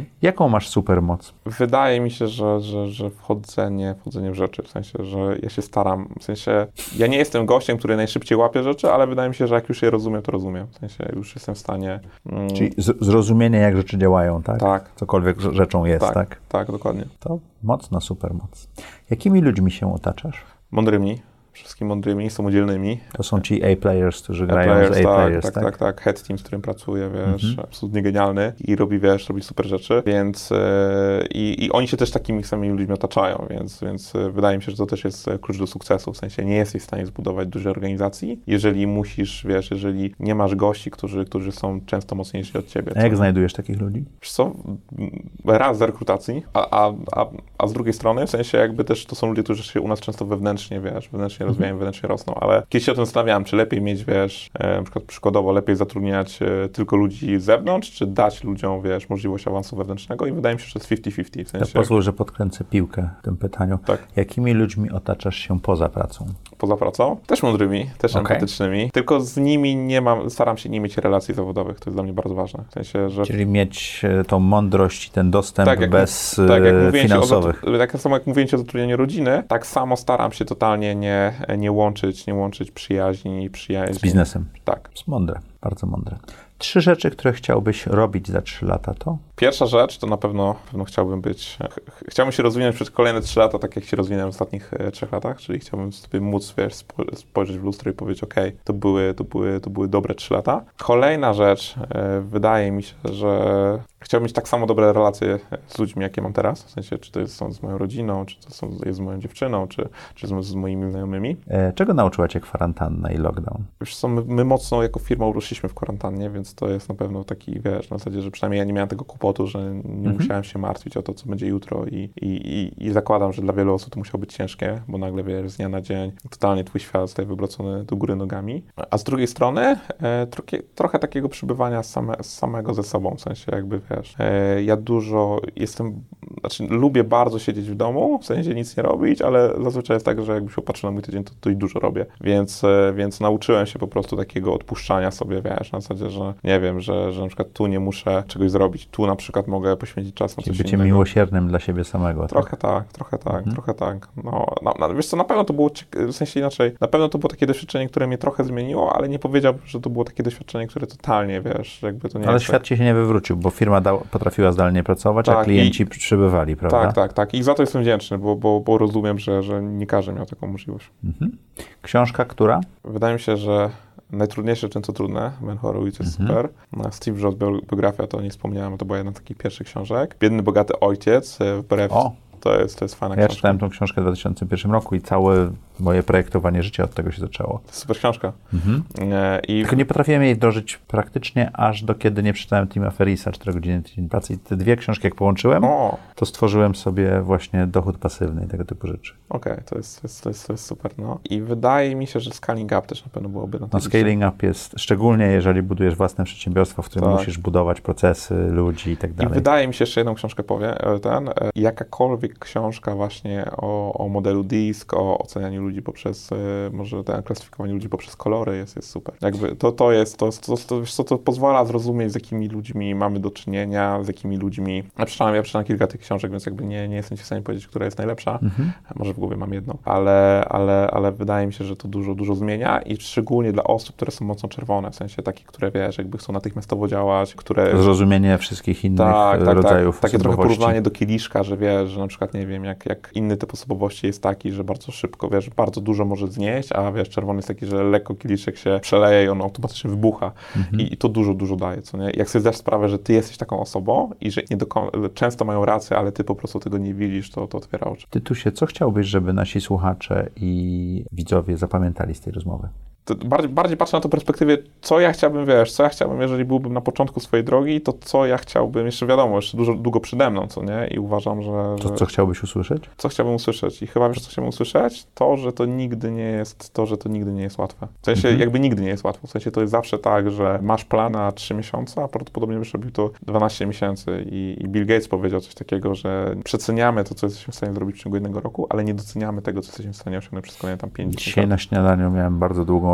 Jaką masz supermoc? Wydaje mi się, że, że, że wchodzenie, wchodzenie w rzeczy, w sensie, że ja się staram, w sensie, ja nie jestem gościem, który najszybciej łapie rzeczy, ale wydaje mi się, że jak już je rozumiem, to rozumiem, w sensie już jestem w stanie... Mm, Czyli z- zrozumienie, jak rzeczy działają, tak? Tak. Cokolwiek rzeczą jest, tak? tak, tak, dokładnie. To mocna supermoc. Jakimi ludźmi się otaczasz? Mądrymi. Wszystkim mądrymi, samodzielnymi. To są ci A-players, którzy grają A-players, z A-players, tak, tak? tak, tak, tak. Head team, z którym pracuję, wiesz, Mhm. absolutnie genialny i robi, wiesz, robi super rzeczy, więc yy, i, i oni się też takimi samymi ludźmi otaczają, więc, więc yy, wydaje mi się, że to też jest klucz do sukcesu, w sensie nie jesteś w stanie zbudować dużej organizacji, jeżeli musisz, wiesz, jeżeli nie masz gości, którzy, którzy są często mocniejsi od ciebie. A jak co? znajdujesz takich ludzi? Wiesz co, raz z rekrutacji, a, a, a, a z drugiej strony, w sensie jakby też to są ludzie, którzy się u nas często wewnętrznie, wiesz, wewnętrznie rozwijają, mhm. wewnętrznie rosną, ale kiedyś się o tym zastanawiałem, czy lepiej mieć, wiesz, e, na przykład przykładowo lepiej zatrudniać e, tylko ludzi z zewnątrz, czy dać ludziom, wiesz, możliwość awansu wewnętrznego i wydaje mi się, że to jest fifty fifty. W sensie, to pozwól, że podkręcę piłkę w tym pytaniu. Tak. Jakimi ludźmi otaczasz się poza pracą? Poza pracą? Też mądrymi, też Okay. empatycznymi, tylko z nimi nie mam, staram się nie mieć relacji zawodowych, to jest dla mnie bardzo ważne. W sensie, że... Czyli mieć tą mądrość i ten dostęp tak, jak, bez tak, jak finansowych. O, tak samo jak mówiłem ci o zatrudnieniu rodziny, tak samo staram się totalnie nie, nie łączyć, nie łączyć przyjaźni i przyjaźni. Z biznesem. Tak. To jest mądre, bardzo mądre. Trzy rzeczy, które chciałbyś robić za trzy lata, to? Pierwsza rzecz to na pewno, na pewno chciałbym być, ch chciałbym się rozwinąć przez kolejne trzy lata, tak jak się rozwinąłem w ostatnich e, trzech latach, czyli chciałbym sobie móc, wiesz, spo, spojrzeć w lustro i powiedzieć, ok, to były, to były, to były dobre trzy lata. Kolejna rzecz, e, wydaje mi się, że chciałbym mieć tak samo dobre relacje z ludźmi, jakie mam teraz, w sensie, czy to jest są z moją rodziną, czy to są, jest z moją dziewczyną, czy, czy z, z moimi znajomymi. E, czego nauczyła cię kwarantanna i lockdown? Wiesz co, my, my mocno jako firma urośliśmy w kwarantannie, więc to jest na pewno taki, wiesz, na zasadzie, że przynajmniej ja nie miałem tego kłopotu, że nie mhm. musiałem się martwić o to, co będzie jutro i, i, i, i zakładam, że dla wielu osób to musiało być ciężkie, bo nagle, wiesz, z dnia na dzień totalnie twój świat zostaje wywrócony do góry nogami. A z drugiej strony e, trochę, trochę takiego przebywania same, samego ze sobą, w sensie jakby, wiesz, e, ja dużo jestem, znaczy lubię bardzo siedzieć w domu, w sensie nic nie robić, ale zazwyczaj jest tak, że jakby się popatrzył na mój tydzień, to, to i dużo robię, więc, e, więc nauczyłem się po prostu takiego odpuszczania sobie, wiesz, na zasadzie, że nie wiem, że, że na przykład tu nie muszę czegoś zrobić, tu na przykład mogę poświęcić czas na coś bycie innego. miłosiernym dla siebie samego. Trochę tak, tak, trochę tak, mhm. trochę tak. No, no, no, wiesz co, na pewno to było, w sensie inaczej, na pewno to było takie doświadczenie, które mnie trochę zmieniło, ale nie powiedziałbym, że to było takie doświadczenie, które totalnie, wiesz, jakby to nie Ale jest świat tak... ci się nie wywrócił, bo firma da, potrafiła zdalnie pracować, tak, a klienci i... przybywali, prawda? Tak, tak, tak. I za to jestem wdzięczny, bo, bo, bo rozumiem, że, że nie każdy miał taką możliwość. Mhm. Książka, która? Wydaje mi się, że najtrudniejsze, często trudne, Ben Horowitz jest mhm. super. Steve Jobs biografia, to nie wspomniałem, to była jedna z takich pierwszych książek. Biedny, bogaty ojciec, wbrew... O. To jest, to jest fajna ja książka. Ja czytałem tą książkę w dwa tysiące pierwszym roku i całe moje projektowanie życia od tego się zaczęło. To super książka. Mhm. E, i... Tylko nie potrafiłem jej wdrożyć praktycznie aż do kiedy nie przeczytałem Tima Ferrisa, cztery godziny tydzień pracy. I te dwie książki jak połączyłem, o. to stworzyłem sobie właśnie dochód pasywny i tego typu rzeczy. Okej, okay, to, jest, to, jest, to, jest, to jest super. No. I wydaje mi się, że Scaling Up też na pewno byłoby na No Scaling Up jest, szczególnie jeżeli budujesz własne przedsiębiorstwo, w którym tak. musisz budować procesy, ludzi i tak dalej. I wydaje mi się, jeszcze jedną książkę powiem, ten, jakakolwiek książka właśnie o, o modelu DISC, o ocenianiu ludzi poprzez, może ten, klasyfikowaniu ludzi poprzez kolory jest, jest super. Jakby to, to jest, to, to, to, wiesz co, to pozwala zrozumieć, z jakimi ludźmi mamy do czynienia, z jakimi ludźmi, ja przeczytałem, ja przeczytałem kilka tych książek, więc jakby nie, nie jestem ci w stanie powiedzieć, która jest najlepsza, mhm. może w głowie mam jedną, ale, ale, ale wydaje mi się, że to dużo, dużo zmienia i szczególnie dla osób, które są mocno czerwone, w sensie takich, które wiesz, jakby chcą natychmiastowo działać, które... Zrozumienie wszystkich innych tak, tak, rodzajów tak. Takie trochę osobowości. porównanie do kieliszka, że wiesz, że na przykład, nie wiem, jak, jak inny typ osobowości jest taki, że bardzo szybko, wiesz, bardzo dużo może znieść, a wiesz, czerwony jest taki, że lekko kieliszek się przeleje i on automatycznie wybucha. Mhm. I, I to dużo, dużo daje, co nie? Jak sobie zdasz sprawę, że ty jesteś taką osobą i że nie do kon- często mają rację, ale ty po prostu tego nie widzisz, to, to otwiera oczy. Tytusie, co chciałbyś, żeby nasi słuchacze i widzowie zapamiętali z tej rozmowy? To bardziej, bardziej patrzę na to perspektywie, co ja chciałbym, wiesz, co ja chciałbym, jeżeli byłbym na początku swojej drogi, to co ja chciałbym, jeszcze wiadomo, jeszcze dużo, długo przede mną, co nie? I uważam, że... To że... co chciałbyś usłyszeć? Co chciałbym usłyszeć? I chyba wiesz, co chciałbym usłyszeć? To, że to nigdy nie jest, to, że to nigdy nie jest łatwe. W sensie, mhm. jakby nigdy nie jest łatwo. W sensie, to jest zawsze tak, że masz plan na trzy miesiące, a prawdopodobnie byś robił to dwanaście miesięcy. I, I Bill Gates powiedział coś takiego, że przeceniamy to, co jesteśmy w stanie zrobić w ciągu jednego roku, ale nie doceniamy tego, co jesteśmy w stanie osiągnąć przez kolejne tam pięć lat. Dzisiaj na śniadaniu miałem bardzo długą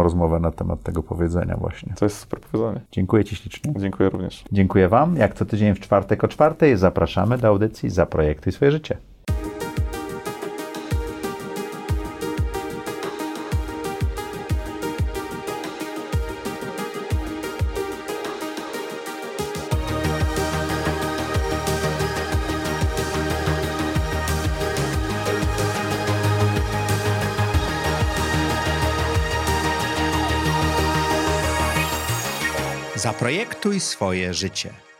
ciekawą rozmowę na temat tego powiedzenia właśnie. To jest super powiedzenie. Dziękuję Ci ślicznie. Dziękuję również. Dziękuję Wam. Jak co tydzień w czwartek o czwartej zapraszamy do audycji Zaprojektuj swoje życie. Zaprojektuj swoje życie.